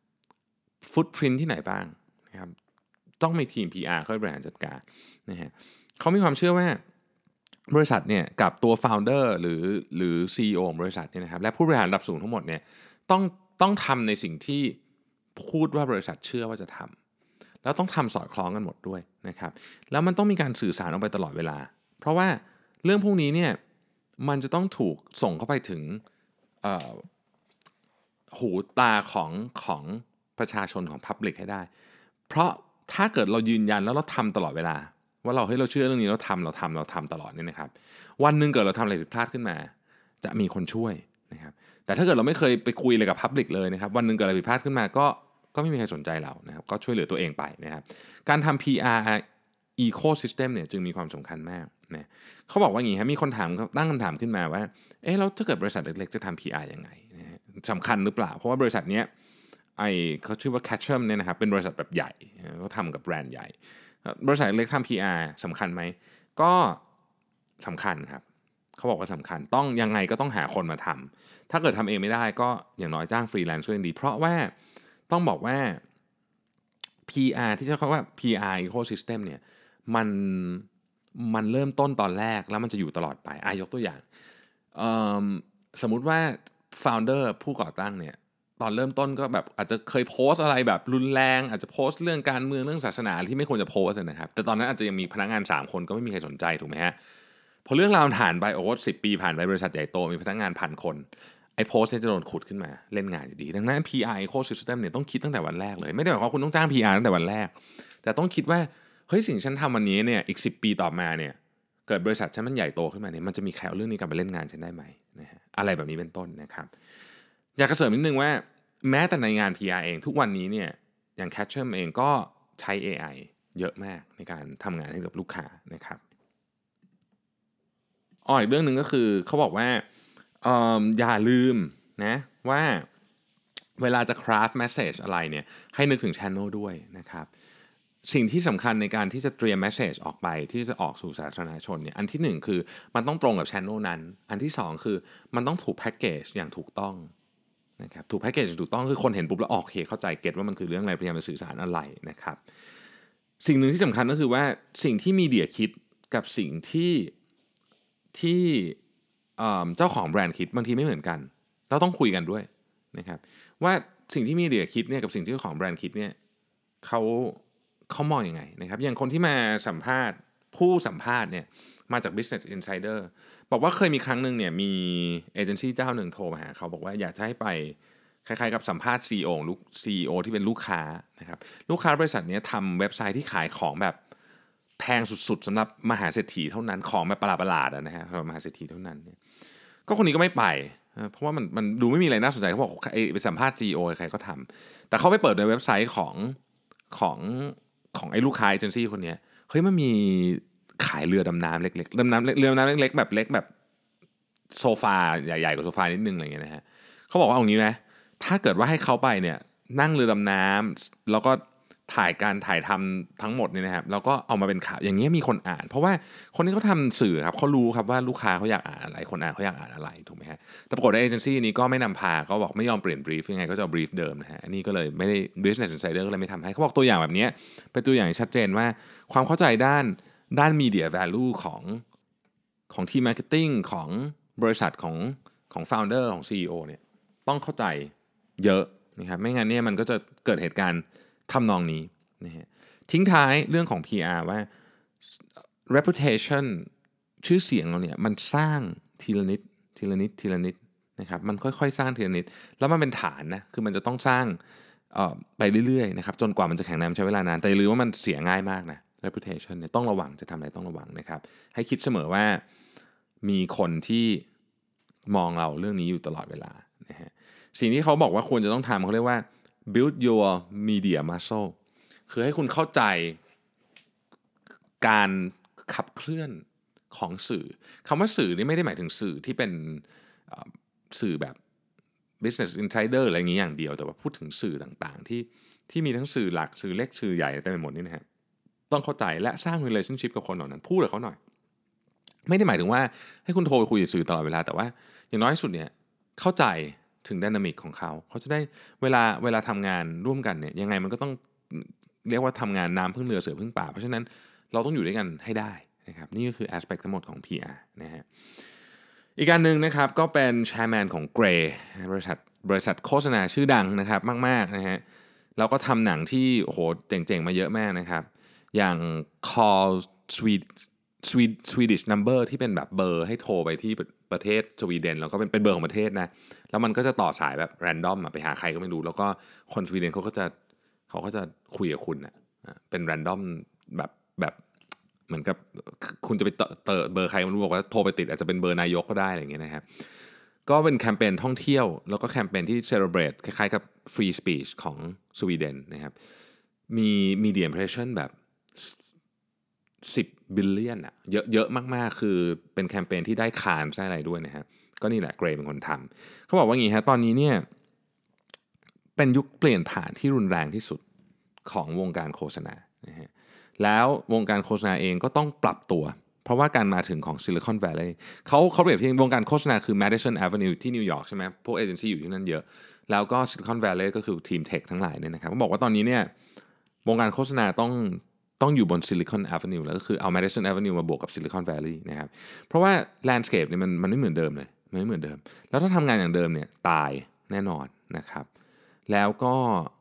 footprint ที่ไหนบ้างนะครับต้องมีทีม PR เข้าไปบริหารจัดการนะฮะเขามีความเชื่อว่าบริษัทเนี่ยกับตัว founder หรือ CEO ของบริษัทเนี่ยนะครับและผู้บริหารระดับสูงทั้งหมดเนี่ยต้องต้องทำในสิ่งที่พูดว่าบริษัทเชื่อว่าจะทำแล้วต้องทำสอดคล้องกันหมดด้วยนะครับแล้วมันต้องมีการสื่อสารออกไปตลอดเวลาเพราะว่าเรื่องพวกนี้เนี่ยมันจะต้องถูกส่งเข้าไปถึงเอ่อ หูตาของประชาชนของ Public ให้ได้ เพราะถ้าเกิดเรายืนยันแล้วเราทำตลอดเวลาว่าเราเชื่อเรื่องนี้เราทำตลอดเนี่ยนะครับวันหนึ่งเกิดเราทำอะไรผิดพลาดขึ้นมาจะมีคนช่วยนะครับแต่ถ้าเกิดเราไม่เคยไปคุยอะไรกับ Public เลยนะครับวันหนึ่งเกิดอะไรผิดพลาดขึ้นมาก็ไม่มีใครสนใจเรานะครับก็ช่วยเหลือตัวเองไปนะครับการทำ PR ecosystem เนี่ยจึงมีความสำคัญมากนะเขาบอกว่าอย่างนี้ครับมีคนตั้งคำถามขึ้นมาว่าแล้วถ้าเกิดบริษัทเล็กๆจะทำ PR ยังไงนะฮะสำคัญหรือเปล่าเพราะว่าบริษัทเนี้ยเขาชื่อว่า Catchem เนี่ยนะครับเป็นบริษัทแบบใหญ่เขาทำกับแบรนด์ใหญ่บริษัทเล็กทำ PR สำคัญไหมก็สำคัญครับเขาบอกว่าสำคัญต้องยังไงก็ต้องหาคนมาทำถ้าเกิดทำเองไม่ได้ก็อย่างน้อยจ้างฟรีแลนซ์ช่วยดีเพราะว่าต้องบอกว่า PR ที่ใช้คำว่า PR ecosystem เนี่ยมันมันเริ่มต้นตอนแรกแล้วมันจะอยู่ตลอดไปยกตัวอย่างเอ่อสมมุติว่า founder ผู้ก่อตั้งเนี่ยตอนเริ่มต้นก็แบบอาจจะเคยโพสต์อะไรแบบรุนแรงอาจจะโพสต์เรื่องการเมืองเรื่องศาสนาที่ไม่ควรจะโพสต์นะครับแต่ตอนนั้นอาจจะยังมีพนักงาน3คนก็ไม่มีใครสนใจถูกไหมฮะพอเรื่องราวผ่านไป10 ปีผ่านไปบริษัทใหญ่โตมีพนักงาน1,000 คนไอ้โพสต์เนี่ยจะโดนขุดขึ้นมาเล่นงานอยู่ดีดังนั้น PR ecosystem เนี่ยต้องคิดตั้งแต่วันแรกเลยไม่ได้หมายความว่าคุณต้องจ้าง PR ตั้งแต่วันแรกแต่ต้องคิดว่าเฮ้ยสิ่งฉันทำวันนี้เนี่ยอีก10 ปีต่อมาเนี่ยเกิดบริษัทฉันมันใหญ่โตขึ้นมาเนี่ยมันจะมีใครเอาเรื่องนี้กลับมาเล่นงานฉันได้ไหมนะฮะอะไรแบบนี้เป็นต้นนะครับอยากจะเสริมนิดนึงว่าแม้แต่ในงาน PR เองทุกวันนี้เนี่ยอย่าง Catchem เองก็ใช้ AI เยอะมากในการทำงานให้กับลูกค้านะครับอีกเรื่องหนึ่งก็คือเขาบอกว่าอย่าลืมนะว่าเวลาจะ craft message อะไรเนี่ยให้นึกถึง channel ด้วยนะครับสิ่งที่สำคัญในการที่จะเตรียม message ออกไปที่จะออกสู่สาธารณชนเนี่ยอันที่1คือมันต้องตรงกับ channel นั้นอันที่2คือมันต้องถูกแพ็กเกจอย่างถูกต้องนะครับถูกแพ็กเกจอย่างถูกต้องคือคนเห็นปุ๊บแล้วโอเคเข้าใจเก็ตว่ามันคือเรื่องอะไรพยายามจะสื่อสารอะไรนะครับสิ่งหนึ่งที่สำคัญก็คือว่าสิ่งที่มีเดียคิดกับสิ่งที่เจ้าของแบรนด์คิดบางทีไม่เหมือนกันเราต้องคุยกันด้วยนะครับว่าสิ่งที่มีเดียคิดเนี่ยกับสิ่งที่เจ้าของแบรนด์คิดเนี่ยเขาเขามองยังไงนะครับอย่างคนที่มาสัมภาษณ์ผู้สัมภาษณ์เนี่ยมาจาก Business Insider บอกว่าเคยมีครั้งหนึ่งเนี่ยมีเอเจนซี่เจ้าหนึ่งโทรมาหาเขาบอกว่าอยากจะให้ไปคล้ายๆกับสัมภาษณ์ CEO CEO ที่เป็นลูกค้านะครับลูกค้าบริษัทนี้ทำเว็บไซต์ที่ขายของแบบแพงสุดๆสำหรับมหาเศรษฐีเท่านั้นของแบบประหลาดๆนะฮะสำหรับมหาเศรษฐีเท่านั้นเนี่ยก็คนนี้ก็ไม่ไปเพราะว่ามันดูไม่มีอะไรน่าสนใจเขาบอกไปสัมภาษณ์ CEO ใครก็ทำแต่เขาไปเปิดในเว็บไซต์ของของไอ้ลูกค้าเอเจนซี่คนนี้เฮ้ยมันมีขายเรือดำน้ำเล็กๆเรือดำน้ำเล็กๆแบบเล็กแบบโซฟาใหญ่ๆกว่าโซฟานิดนึงอะไรเงี้ยนะฮะเขาบอกว่าเอางี้ไหมถ้าเกิดว่าให้เขาไปเนี่ยนั่งเรือดำน้ำแล้วก็ถ่ายทำทั้งหมดเนี่ยนะครับแล้วก็เอามาเป็นข่าวอย่างเงี้ยมีคนอ่านเพราะว่าคนที่เขาทำสื่อครับเขารู้ครับว่าลูกค้าเขาอยากอ่านอะไรคนอ่านเขาอยากอ่านอะไรถูกไหมฮะแต่ปรากฏว่าเอเจนซี่นี้ก็ไม่นำพาเขาบอกไม่ยอมเปลี่ยนบรีฟยังไงก็จะเอาบรีฟเดิมนะฮะอันนี้ก็เลยไม่ได้ Business Insider ก็เลยไม่ทำให้เขาบอกตัวอย่างแบบนี้เป็นตัวอย่างชัดเจนว่าความเข้าใจด้าน media value ของทีมมาร์เก็ตติ้งของบริษัทของ founder ของ CEO เนี่ยต้องเข้าใจเยอะนะครับไม่งั้นเนี่ยมันก็จะเกิดเหตุการณ์ทำนองนี้นะฮะทิ้งท้ายเรื่องของ PR ว่า reputation ชื่อเสียงเราเนี่ยมันสร้างทีละนิดทีละนิดทีละนิดนะครับมันค่อยๆสร้างทีละนิดแล้วมันเป็นฐานนะคือมันจะต้องสร้างไปเรื่อยๆนะครับจนกว่ามันจะแข็งแรงใช้เวลานานแต่อย่าลืมว่ามันเสียง่ายมากนะ reputation เนี่ยต้องระวังจะทำอะไรต้องระวังนะครับให้คิดเสมอว่ามีคนที่มองเราเรื่องนี้อยู่ตลอดเวลานะฮะสิ่งที่เขาบอกว่าควรจะต้องทำเขาเรียกว่า build your media muscle คือให้คุณเข้าใจการขับเคลื่อนของสื่อคำว่าสื่อนี่ไม่ได้หมายถึงสื่อที่เป็นสื่อแบบ Business Insider อะไรอย่างนี้อย่างเดียวแต่ว่าพูดถึงสื่อต่างๆที่มีทั้งสื่อหลักสื่อเล็กสื่อใหญ่เต็มไปหมดนี่นะฮะต้องเข้าใจและสร้าง relationship กับคนเหล่านั้นพูดกับเขาหน่อยไม่ได้หมายถึงว่าให้คุณโทรไปคุยกับสื่อตลอดเวลาแต่ว่าอย่างน้อยที่สุดเนี่ยเข้าใจถึงไดนามิกของเขาจะได้เวลาทำงานร่วมกันเนี่ยยังไงมันก็ต้องเรียกว่าทำงานน้ำพึ่งเรือเสือพึ่งป่าเพราะฉะนั้นเราต้องอยู่ด้วยกันให้ได้นะครับนี่ก็คือ aspect ทั้งหมดของ PR นะฮะอีกการหนึ่งนะครับก็เป็น chairman ของ Grey บริษัทโฆษณาชื่อดังนะครับมากๆนะฮะแล้วก็ทำหนังที่โอ้โหเจ๋งๆมาเยอะมากนะครับอย่าง Call Swedish Number ที่เป็นแบบเบอร์ให้โทรไปที่ประเทศสวีเดนแล้วก็เป็นเบอร์ของประเทศนะแล้วมันก็จะต่อสายแบบแรนดอมไปหาใครก็ไม่รู้แล้วก็คนสวีเดนเขาก็จะคุยกับคุณนะเป็นแรนดอมแบบเหมือนกับคุณจะไปเตอเบอร์ใครไม่รู้บอกว่าโทรไปติดอาจจะเป็นเบอร์นายกก็ได้อะไรอย่างเงี้ยนะครับก็เป็นแคมเปญท่องเที่ยวแล้วก็แคมเปญที่เซเลบรตคล้ายๆกับ Free Speech ของสวีเดนนะครับมี Media Impression แบบ10 billion อะเยอะมากๆคือเป็นแคมเปญที่ได้คานได้อะไรด้วยนะฮะก็นี่แหละเกรย์เป็นคนทำเขาบอกว่างี้ฮะตอนนี้เนี่ยเป็นยุคเปลี่ยนผ่านที่รุนแรงที่สุดของวงการโฆษณานะฮะแล้ววงการโฆษณาเองก็ต้องปรับตัวเพราะว่าการมาถึงของ Silicon Valley เขาเปรียบเทียบวงการโฆษณาคือ Madison Avenue ที่นิวยอร์กใช่ไหมพวกเอเจนซี่อยู่ที่นั่นเยอะแล้วก็ Silicon Valley ก็คือทีมเทคทั้งหลายเนี่ยนะครับเขาบอกว่าตอนนี้เนี่ยวงการโฆษณาต้องอยู่บน Silicon Avenue แล้วก็คือเอา Madison Avenue มาบวกกับ Silicon Valley นะครับเพราะว่า landscape เนี่ยมันไม่เหมือนเดิมเลยมันไม่เหมือนเดิมแล้วถ้าทำงานอย่างเดิมเนี่ยตายแน่นอนนะครับแล้วก็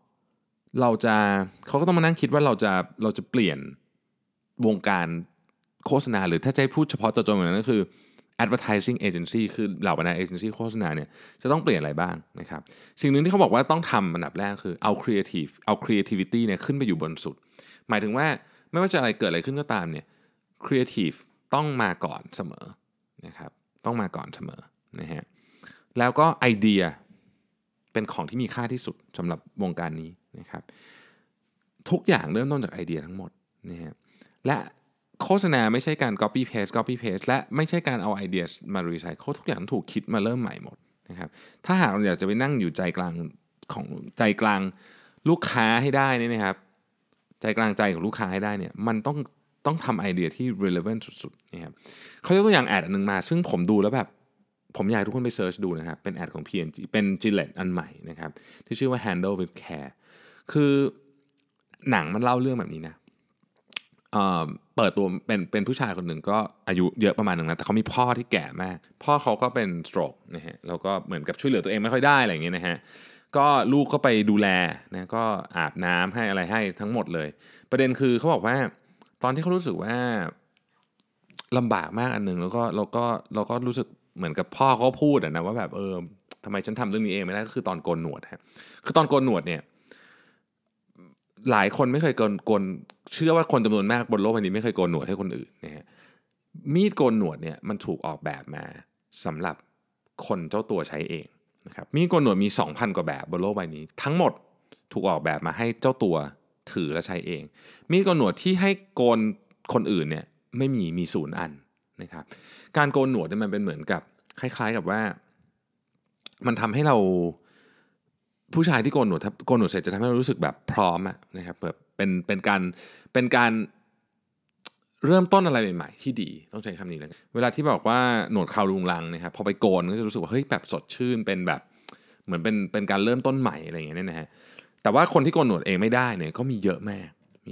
เขาก็ต้องมานั่งคิดว่าเราจะเปลี่ยนวงการโฆษณาหรือถ้าจะให้พูดเฉพาะเจาะจงอย่างนั้นก็คือ advertising agency คือเหล่าบรรดาเอเจนซี่โฆษณาเนี่ยจะต้องเปลี่ยนอะไรบ้างนะครับสิ่งหนึ่งที่เขาบอกว่าต้องทำอันดับแรกคือเอา creativity เนี่ยขึ้นไปอยู่บนสุดหมายถึงว่าไม่ว่าจะอะไรเกิดอะไรขึ้นก็ตามเนี่ย creative ต้องมาก่อนเสมอนะครับต้องมาก่อนเสมอนะฮะแล้วก็ไอเดียเป็นของที่มีค่าที่สุดสำหรับวงการนี้นะครับทุกอย่างเริ่มต้นจากไอเดียทั้งหมดนะฮะและโฆษณาไม่ใช่การ copy paste และไม่ใช่การเอาไอเดียมารีไซเคิลทุกอย่างถูกคิดมาเริ่มใหม่หมดนะครับถ้าหากเราอยากจะไปนั่งอยู่ใจกลางลูกค้าให้ได้นี่นะครับใจกลางใจของลูกค้าให้ได้เนี่ยมันต้องทำไอเดียที่ relevant สุดๆนะครับเขายกตัวอย่างแอดอันนึงมาซึ่งผมดูแล้วแบบผมอยากให้ทุกคนไปเซิร์ชดูนะครับเป็นแอดของ P&G เป็น Gillette อันใหม่นะครับที่ชื่อว่า Handle with Care คือหนังมันเล่าเรื่องแบบนี้นะเปิดตัวเป็นผู้ชายคนหนึ่งก็อายุเยอะประมาณนึงนะแต่เขามีพ่อที่แก่มากพ่อเขาก็เป็น stroke นะฮะแล้วก็เหมือนกับช่วยเหลือตัวเองไม่ค่อยได้อะไรอย่างเงี้ยนะฮะก็ลูกก็ไปดูแลนะก็อาบน้ำให้อะไรให้ทั้งหมดเลยประเด็นคือเขาบอกว่าตอนที่เขารู้สึกว่าลำบากมากอันหนึ่งแล้วก็เราก็รู้สึกเหมือนกับพ่อเขาพูดนะว่าแบบทำไมฉันทำเรื่องนี้เองไม่ได้ก็คือตอนโกนหนวดฮะคือตอนโกนหนวดเนี่ยหลายคนไม่เคยโกนเชื่อว่าคนจำนวนมากบนโลกใบนี้ไม่เคยโกนหนวดให้คนอื่นนะฮะมีดโกนหนวดเนี่ยมันถูกออกแบบมาสำหรับคนเจ้าตัวใช้เองนะครับมีดโกนหนวดมี 2,000 กว่าแบบบนโลกใบนี้ทั้งหมดถูกออกแบบมาให้เจ้าตัวถือและใช้เองมีดโกนหนวดที่ให้โกนคนอื่นเนี่ยไม่มี0 อันนะครับการโกนหนวดเนี่ยมันเป็นเหมือนกับคล้ายๆกับว่ามันทำให้เราผู้ชายที่โกนหนวดเสร็จจะทำให้เรารู้สึกแบบพร้อมนะครับแบบเป็นการเริ่มต้นอะไรใหม่ๆที่ดีต้องใช้คำนี้แล้วเวลาที่บอกว่าหนวดเคราลุงลังนะครับพอไปโกนก็จะรู้สึกว่าเฮ้ยแบบสดชื่นเป็นแบบเหมือนเป็นการเริ่มต้นใหม่อะไรอย่างเงี้ยนะฮะแต่ว่าคนที่โกนหนวดเองไม่ได้เนี่ยก็มีเยอะแม่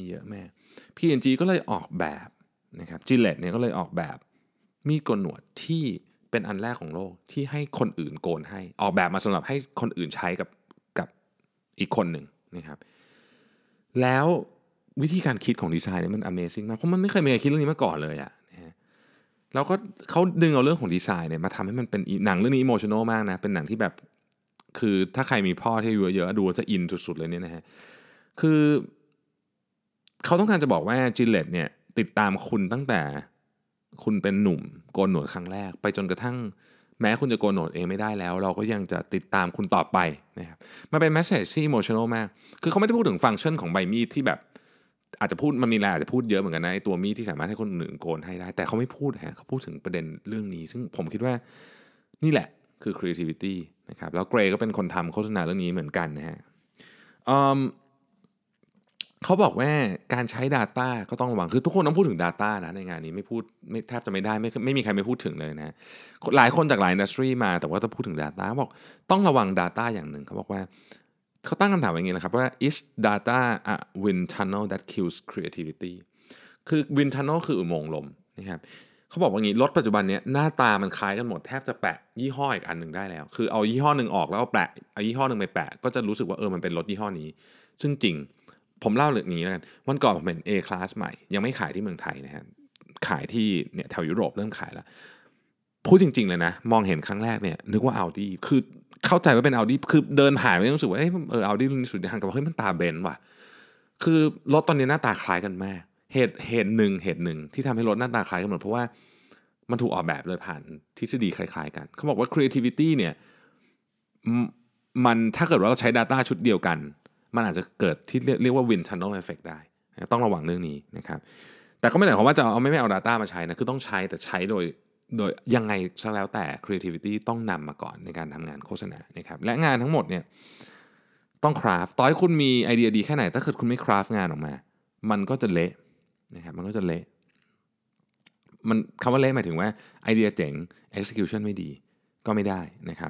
P&G ก็เลยออกแบบนะครับ Gillette เนี่ยก็เลยออกแบบมีดโกนหนวดที่เป็นอันแรกของโลกที่ให้คนอื่นโกนให้ออกแบบมาสำหรับให้คนอื่นใช้กับอีกคนหนึ่งนะครับแล้ววิธีการคิดของดีไซน์เนี่ยมัน Amazing มากเพราะมันไม่เคยมีใครคิดเรื่องนี้มาก่อนเลยอะนะฮะแล้วก็เขาดึงเอาเรื่องของดีไซน์เนี่ยมาทำให้มันเป็นหนังเรื่องนี้ emotional มากนะเป็นหนังที่แบบคือถ้าใครมีพ่อที่อายุเยอะๆดูแล้วจะอินสุดๆเลยเนี่ยนะฮะคือเขาต้องการจะบอกว่า Gillette เนี่ยติดตามคุณตั้งแต่คุณเป็นหนุ่มโกนหนวดครั้งแรกไปจนกระทั่งแม้คุณจะโกนหนวดเองไม่ได้แล้วเราก็ยังจะติดตามคุณต่อไปนะครับมันเป็น message ที่ emotional มากคือเขาไม่ได้พูดถึงฟังก์ชันของใบมีดที่แบบอาจจะพูดมันมีอะไรอาจจะพูดเยอะเหมือนกันนะไอ้ตัวมีดที่สามารถให้คนอื่นโกนให้ได้แต่เขาไม่พูดฮะเขาพูดถึงประเด็นเรื่องนี้ซึ่งผมคิดว่านี่แหละคือ creativity นะครับแล้วเกรย์ก็เป็นคนทำโฆษณาเรื่องนี้เหมือนกันนะฮะ เขาบอกว่าการใช้ Data ก็ต้องระวังคือทุกคนต้องพูดถึง Data นะในงานนี้ไม่พูดไม่แทบจะไม่ได้ไม่มีใครไม่พูดถึงเลยนะหลายคนจากหลายอินดัสทรีมาแต่ว่าต้องพูดถึง Data เขาบอกต้องระวัง Data อย่างหนึ่งเขาบอกว่าเขาตั้งคำถามอย่างนี้นะครับว่า is data a wind tunnel that kills creativity คือ wind tunnel คืออุโมงค์ลมนะครับเขาบอกว่างี้รถปัจจุบันเนี้ยหน้าตามันคล้ายกันหมดแทบจะแปะยี่ห้ออีกอันหนึ่งได้แล้วคือเอายี่ห้อหนึ่งออกแล้วเอายี่ห้อหนึ่งไปแปะก็จะรู้สึกว่ามันเป็นรถยี่ห้อนี้ซึ่งจริงผมเล่าเรื่องนี้แล้วกันวันก่อนผมเห็น A class ใหม่ยังไม่ขายที่เมืองไทยนะฮะขายที่เนี่ยแถวยุโรปเริ่มขายแล้วพูดจริงๆเลยนะมองเห็นครั้งแรกเนี่ยนึกว่า Audi คือเข้าใจว่าเป็น Audi คือเดินผ่านไปรู้สึกว่าAudi รุ่นนี้สุดยอดกับมันตาเบนซ์ว่ะคือรถตอนนี้หน้าตาคล้ายกันมากเหตุหนึ่งที่ทำให้รถหน้าตาคล้ายกันหมดเพราะว่ามันถูกออกแบบเลยผ่านทฤษฎีคล้ายๆกันเขาบอกว่า creativity เนี่ยมันถ้าเกิดว่าเราใช้ Data ชุดเดียวกันมันอาจจะเกิดที่เรียกว่า wind tunnel effect ได้ต้องระวังเรื่องนี้นะครับแต่ก็ไม่ได้หมายความว่าจะไม่เอา Data มาใช้นะคือต้องใช้แต่ใช้โดยยังไงซะแล้วแต่ creativity ต้องนำมาก่อนในการทำงานโฆษณานะครับและงานทั้งหมดเนี่ยต้องคราฟต่อให้คุณมีไอเดียดีแค่ไหนถ้าเกิดคุณไม่คราฟงานออกมามันก็จะเละนะครับมันก็จะเละมันคำว่าเละหมายถึงว่าไอเดียเจ๋ง execution ไม่ดีก็ไม่ได้นะครับ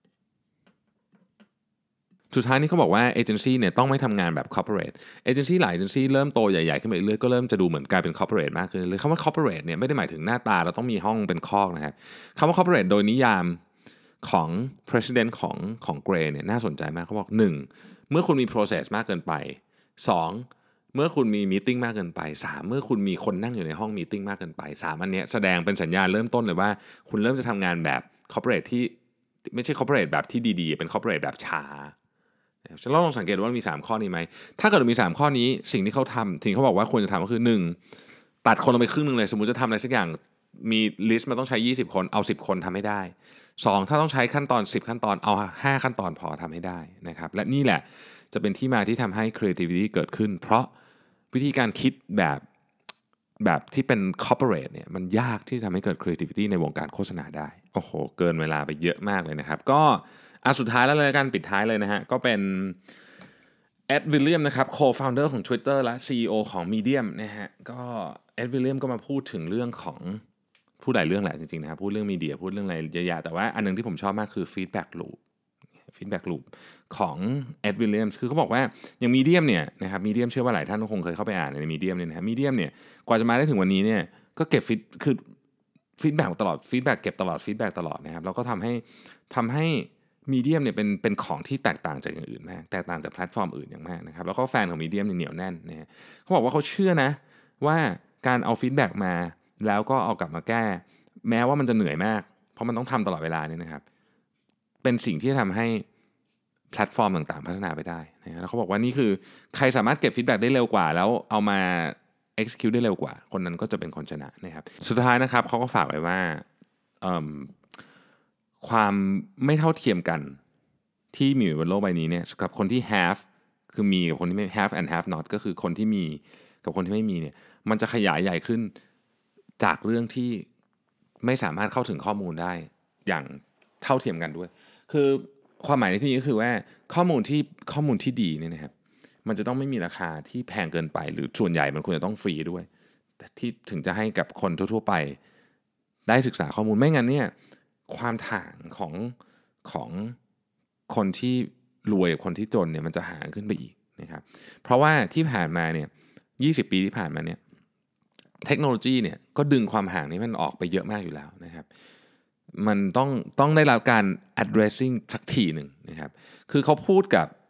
สุดท้ายนี้เขาบอกว่าเอเจนซี่เนี่ยต้องไม่ทำงานแบบคอร์ปอเรทเอเจนซี่หลายเอเจนซี่เริ่มโตใหญ่ๆขึ้นไปเรื่อยๆก็เริ่มจะดูเหมือนกลายเป็นคอร์ปอเรทมากขึ้นเลยคำว่าคอร์ปอเรทเนี่ยไม่ได้หมายถึงหน้าตาเราต้องมีห้องเป็นคอกนะครับคำว่าคอร์ปอเรทโดยนิยามของ president ของเกรย์เนี่ยน่าสนใจมากเขาบอก1เมื่อคุณมี process มากเกินไป2เมื่อคุณมีมีติ้งมากเกินไป3เมื่อคุณมีคนนั่งอยู่ในห้องมีติ้งมากเกินไป3อันเนี้ยแสดงเป็นสัญญาณเริ่มต้นเลยว่าคุณเริ่มจะทำงานแบบคอร์ปอเรทที่ไม่ใช่คอร์ปอเรทแบบที่ดีๆเป็นคอร์ปอเรทแบบช้าฉันลองสังเกตว่ามี3ข้อนี้ไหมถ้าเกิดมี3ข้อนี้สิ่งที่เขาทำสิ่งเขาบอกว่าควรจะทำก็คือ1ตัดคนลงไปครึ่งนึงเลยสมมุติจะทำอะไรสักอย่างมีลิสต์มันต้องใช้20คนเอา10คนทำให้ได้2ถ้าต้องใช้ขั้นตอน10ขั้นตอนเอา5ขั้นตอนพอทำให้ได้นะครับและนี่แหละจะเป็นที่มาที่ทำให้ creativity เกิดขึ้นเพราะวิธีการคิดแบบที่เป็น corporate เนี่ยมันยากที่จะทำให้เกิด creativity ในวงการโฆษณาได้โอ้โหเกินเวลาไปเยอะมากเลยนะครับก็สุดท้ายแล้วเลยกันปิดท้ายเลยนะฮะก็เป็นเอ็ดวิลเลียมนะครับ co-founder ของ Twitter และ CEO ของ Medium นะฮะก็เอ็ดวิลเลียมก็มาพูดถึงเรื่องของพูดหลายเรื่องแหละจริงๆนะครับพูดเรื่องมีเดียพูดเรื่องอะไรเยอะๆแต่ว่าอันนึงที่ผมชอบมากคือ feedback loop ของเอ็ดวิลเลียมคือเขาบอกว่าอย่างมีเดียมเนี่ยนะครับมีเดียมเชื่อว่าหลายท่านคงเคยเข้าไปอ่านในมีเดียมเนี่ยนะฮะมีเดียมเนี่ยกว่าจะมาได้ถึงวันนี้เนี่ยก็เก็บคือฟีดแบ็กตลอดฟีดแบ็กเก็บตลอดฟีดแบ็กตลอดนะครับแล้วก็ทำให้มีเดียมเนี่ยเป็นของที่แตกต่างจากอย่างอื่นมากแตกต่างจากแพลตฟอร์มอื่นอย่างมากนะครับแล้วก็แฟนของมีเดียมเหนียวแน่นนะฮะเขาบอกว่าเขาเชื่อนะว่าการเอาฟีดแบ็กมาแล้วก็เอากลับมาแก้แม้ว่ามันจะเหนื่อยมากเพราะมันต้องทำตลอดเวลาเนี่ยนะครับเป็นสิ่งที่ทำให้แพลตฟอร์มต่างๆพัฒนาไปได้นะแล้วเขาบอกว่านี่คือใครสามารถเก็บฟีดแบ็กได้เร็วกว่าแล้วเอามา execute ได้เร็วกว่าคนนั้นก็จะเป็นคนชนะนะครับสุดท้ายนะครับเขาก็ฝากไว้ว่าความไม่เท่าเทียมกันที่มีอยู่บนโลกใบนี้เนี่ยสำหรับคนที่ have คือมีกับคนที่ไม่ have and have not ก็คือคนที่มีกับคนที่ไม่มีเนี่ยมันจะขยายใหญ่ขึ้นจากเรื่องที่ไม่สามารถเข้าถึงข้อมูลได้อย่างเท่าเทียมกันด้วยคือความหมายในที่นี้ก็คือว่าข้อมูลที่ดีเนี่ยนะครับมันจะต้องไม่มีราคาที่แพงเกินไปหรือส่วนใหญ่มันควรจะต้องฟรีด้วยแต่ที่ถึงจะให้กับคนทั่วๆไปได้ศึกษาข้อมูลไม่งั้นเนี่ยความต่างของคนที่รวยกับคนที่จนเนี่ยมันจะห่างขึ้นไปอีกนะครับเพราะว่าที่ผ่านมาเนี่ย20 ปีที่ผ่านมาเนี่ยเทคโนโลยีเนี่ยก็ดึงความห่างนี้มันออกไปเยอะมากอยู่แล้วนะครับมันต้องได้รับการ addressing สักทีหนึ่งนะครับคือเขาพูดกับ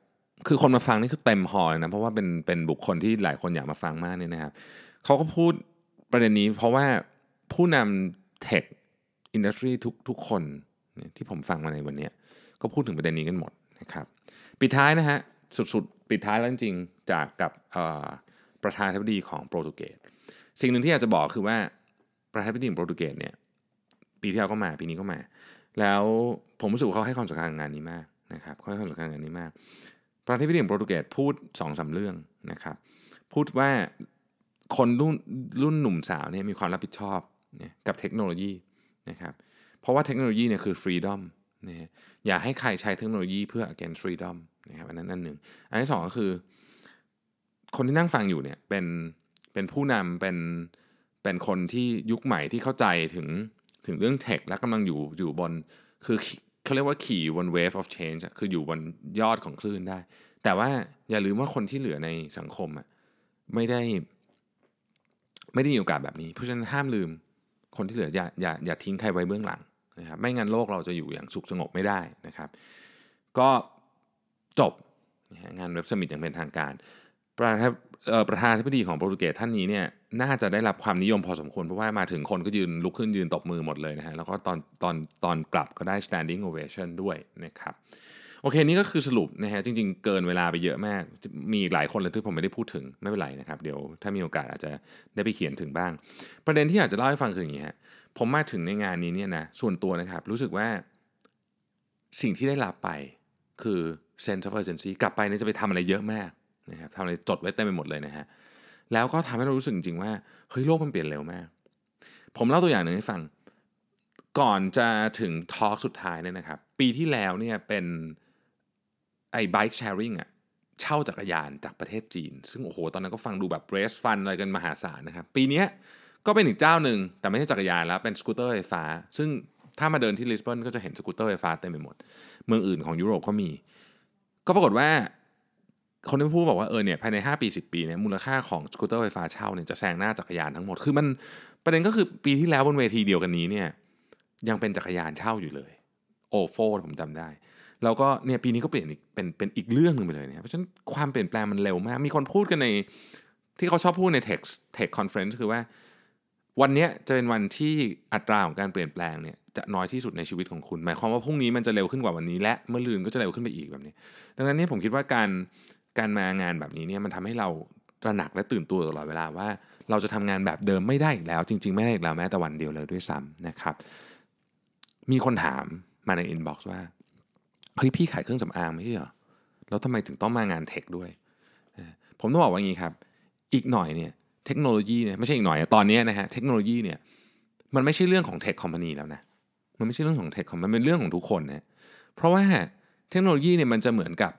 คือคนมาฟังนี่คือเต็มฮอลล์เลยนะเพราะว่าเป็นบุคคลที่หลายคนอยากมาฟังมากเนี่ยนะครับเขาก็พูดประเด็นนี้เพราะว่าผู้นำเทคอินดัสทรีทุกคนเนี่ยที่ผมฟังมาในวันเนี้ยก็พูดถึงประเด็นนี้กันหมดนะครับปิดท้ายนะฮะสุดๆปิดท้ายแล้วจริงๆจากกับประธานาธิบดีของโปรตุเกสสิ่งหนึ่งที่อยากจะบอกคือว่าประธานาธิบดีของโปรตุเกสเนี่ยปีที่แล้วก็มาปีนี้ก็มาแล้วผมรู้สึกว่าเขาให้ความสำคัญกับงานนี้มากนะครับเขาให้ความสำคัญกับงานนี้มาก ประธานาธิบดีของโปรตุเกสพูด 2-3 เรื่องนะครับพูดว่าคนรุ่นหนุ่มสาวเนี่ยมีความรับผิดชอบเนี่ยกับเทคโนโลยีนะครับเพราะว่าเทคโนโลยีเนี่ยคือ freedom นะฮะอย่าให้ใครใช้เทคโนโลยีเพื่อ against freedom นะครับอันนั้นอันหนึ่งอันที่สองก็คือคนที่นั่งฟังอยู่เนี่ยเป็นผู้นำเป็นคนที่ยุคใหม่ที่เข้าใจถึงเรื่องเทคและกำลังอยู่บนคือเขาเรียกว่าขี่บน wave of change อะคืออยู่บนยอดของคลื่นได้แต่ว่าอย่าลืมว่าคนที่เหลือในสังคมอะไม่ได้มีโอกาสแบบนี้เพราะฉะนั้นห้ามลืมคนที่เหลืออย่าทิ้งใครไว้เบื้องหลังนะครับไม่งั้นโลกเราจะอยู่อย่างสุขสงบไม่ได้นะครับก็จบนะฮะงานเว็บสมิธอย่างเป็นทางการประธานาธิบดีของโปรตุเกสท่านนี้เนี่ยน่าจะได้รับความนิยมพอสมควรเพราะว่ามาถึงคนก็ลุกขึ้นยืนตบมือหมดเลยนะฮะแล้วก็ตอนกลับก็ได้ standing ovation ด้วยนะครับโอเคนี่ก็คือสรุปนะฮะจริงๆเกินเวลาไปเยอะมากมีอีกหลายคนเลยที่ผมไม่ได้พูดถึงไม่เป็นไรนะครับเดี๋ยวถ้ามีโอกาสอาจจะได้ไปเขียนถึงบ้างประเด็นที่อยากจะเล่าให้ฟังคืออย่างนี้ฮะผมมาถึงในงานนี้เนี่ยนะส่วนตัวนะครับรู้สึกว่าสิ่งที่ได้รับไปคือ sense of urgency กลับไปเนี่ยจะไปทำอะไรเยอะมากนะครับทำอะไรจดไว้เต็มไปหมดเลยนะฮะแล้วก็ทำให้เรารู้สึกจริงๆว่าเฮ้ยโลกมันเปลี่ยนเร็วมากผมเล่าตัวอย่างหนึ่งให้ฟังก่อนจะถึงทอล์กสุดท้ายเนี่ยนะครับปีที่แล้วเนี่ยเป็นไอ้ bike sharing อะเช่าจักรยานจากประเทศจีนซึ่งโอ้โหตอนนั้นก็ฟังดูแบบ race fun อะไรกันมหาศาลนะครับปีนี้ก็เป็นอีกเจ้าหนึ่งแต่ไม่ใช่จักรยานแล้วเป็นสกูตเตอร์ไฟฟ้าซึ่งถ้ามาเดินที่ลิสบอนก็จะเห็นสกูตเตอร์ไฟฟ้าเต็มไปหมดเมืองอื่นของยุโรปก็มีก็ปรากฏว่า คนที่พูดบอกว่าเนี่ยภายใน5ปี10ปีเนี่ยมูลค่าของสกูตเตอร์ไฟฟ้าเช่าเนี่ยจะแซงหน้าจักรยานทั้งหมดคือมันประเด็นก็คือปีที่แล้วบนเวทีเดียวกันนี้เนี่ยยังเป็นจักรยานเช่าอยู่เลยโอโฟผมจำได้แล้วก็เนี่ยปีนี้ก็เปลี่ยนอีกเป็นอีกเรื่องหนึ่งไปเลยเนี่ยเพราะฉะนั้นความเปลี่ยนแปลงมันเร็วมากมีคนพูดกันในที่เขาชอบพูดในเทคคอนเฟอเรนซ์คือว่าวันนี้จะเป็นวันที่อัตราของการเปลี่ยนแปลงเนี่ยจะน้อยที่สุดในชีวิตของคุณหมายความว่าพรุ่งนี้มันจะเร็วขึ้นกว่าวันนี้และเมื่อลืนก็จะเร็วขึ้นไปอีกแบบนี้ดังนั้นเนี่ยผมคิดว่าการมางานแบบนี้เนี่ยมันทำให้เราตระหนักและตื่นตัวตลอดเวลาว่าเราจะทำงานแบบเดิมไม่ได้อีกแล้วจริงๆไม่ได้อีกแล้วแม้แต่วันเดียวเลยด้วยซ้ำนะครับมีคนถามมาในอินบ็อกซ์ว่าเฮ้ยพี่ขายเครื่องสำอางไม่ใช่เหรอแล้วทำไมถึงต้องมางานเทคด้วยผมต้องบอกว่าอย่างนี้ครับอีกหน่อยเนี่ยเทคโนโลยีเนี่ยไม่ใช่อีกหน่อยตอนนี้นะฮะเทคโนโลยีเนี่ยมันไม่ใช่เรื่องของเทคคอมพานีแล้วนะมันไม่ใช่เรื่องของเทคคอมมันเป็นเรื่องของทุกคนนะเพราะว่าเทคโนโลยีเนี่ยมันจะเหมือนกับ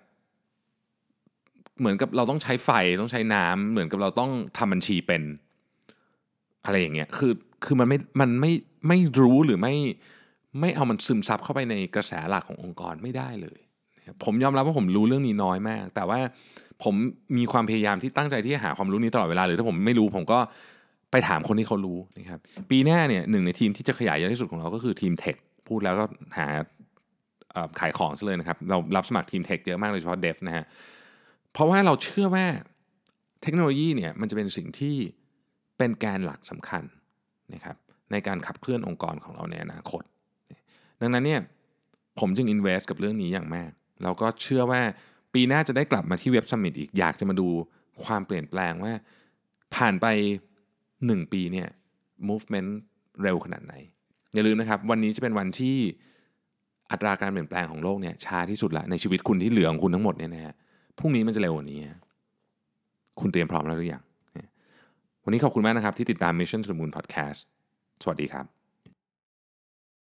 เราต้องใช้ไฟต้องใช้น้ำเหมือนกับเราต้องทำบัญชีเป็นอะไรอย่างเงี้ยคือมันไม่รู้หรือไม่เอามันซึมซับเข้าไปในกระแสหลักขององค์กรไม่ได้เลยผมยอมรับว่าผมรู้เรื่องนี้น้อยมากแต่ว่าผมมีความพยายามที่ตั้งใจที่จะหาความรู้นี้ตลอดเวลาหรือถ้าผมไม่รู้ผมก็ไปถามคนที่เขารู้นะครับปีหน้าเนี่ยหนึ่งในทีมที่จะขยายเยอะที่สุดของเราก็คือทีมเทคพูดแล้วก็หาขายของซะเลยนะครับเรารับสมัครทีมเทคเยอะมากโดยเฉพาะเดฟนะฮะ เพราะว่าเราเชื่อว่าเทคโนโลยีเนี่ยมันจะเป็นสิ่งที่เป็นแกนหลักสำคัญนะครับในการขับเคลื่อนองค์กรของเราในอนาคตดังนั้นเนี่ยผมจึง invest กับเรื่องนี้อย่างมากแล้วก็เชื่อว่าปีหน้าจะได้กลับมาที่เว็บ Summit อีกอยากจะมาดูความเปลี่ยนแปลงว่าผ่านไป1ปีเนี่ย movement เร็วขนาดไหนอย่าลืมนะครับวันนี้จะเป็นวันที่อัตราการเปลี่ยนแปลงของโลกเนี่ยช้าที่สุดละในชีวิตคุณที่เหลือของคุณทั้งหมดเนี่ยนะฮะพรุ่งนี้มันจะเร็วกว่านี้คุณเตรียมพร้อมแล้วหรือยังวันนี้ขอบคุณมากนะครับที่ติดตาม Mission to the Moon Podcast สวัสดีครับ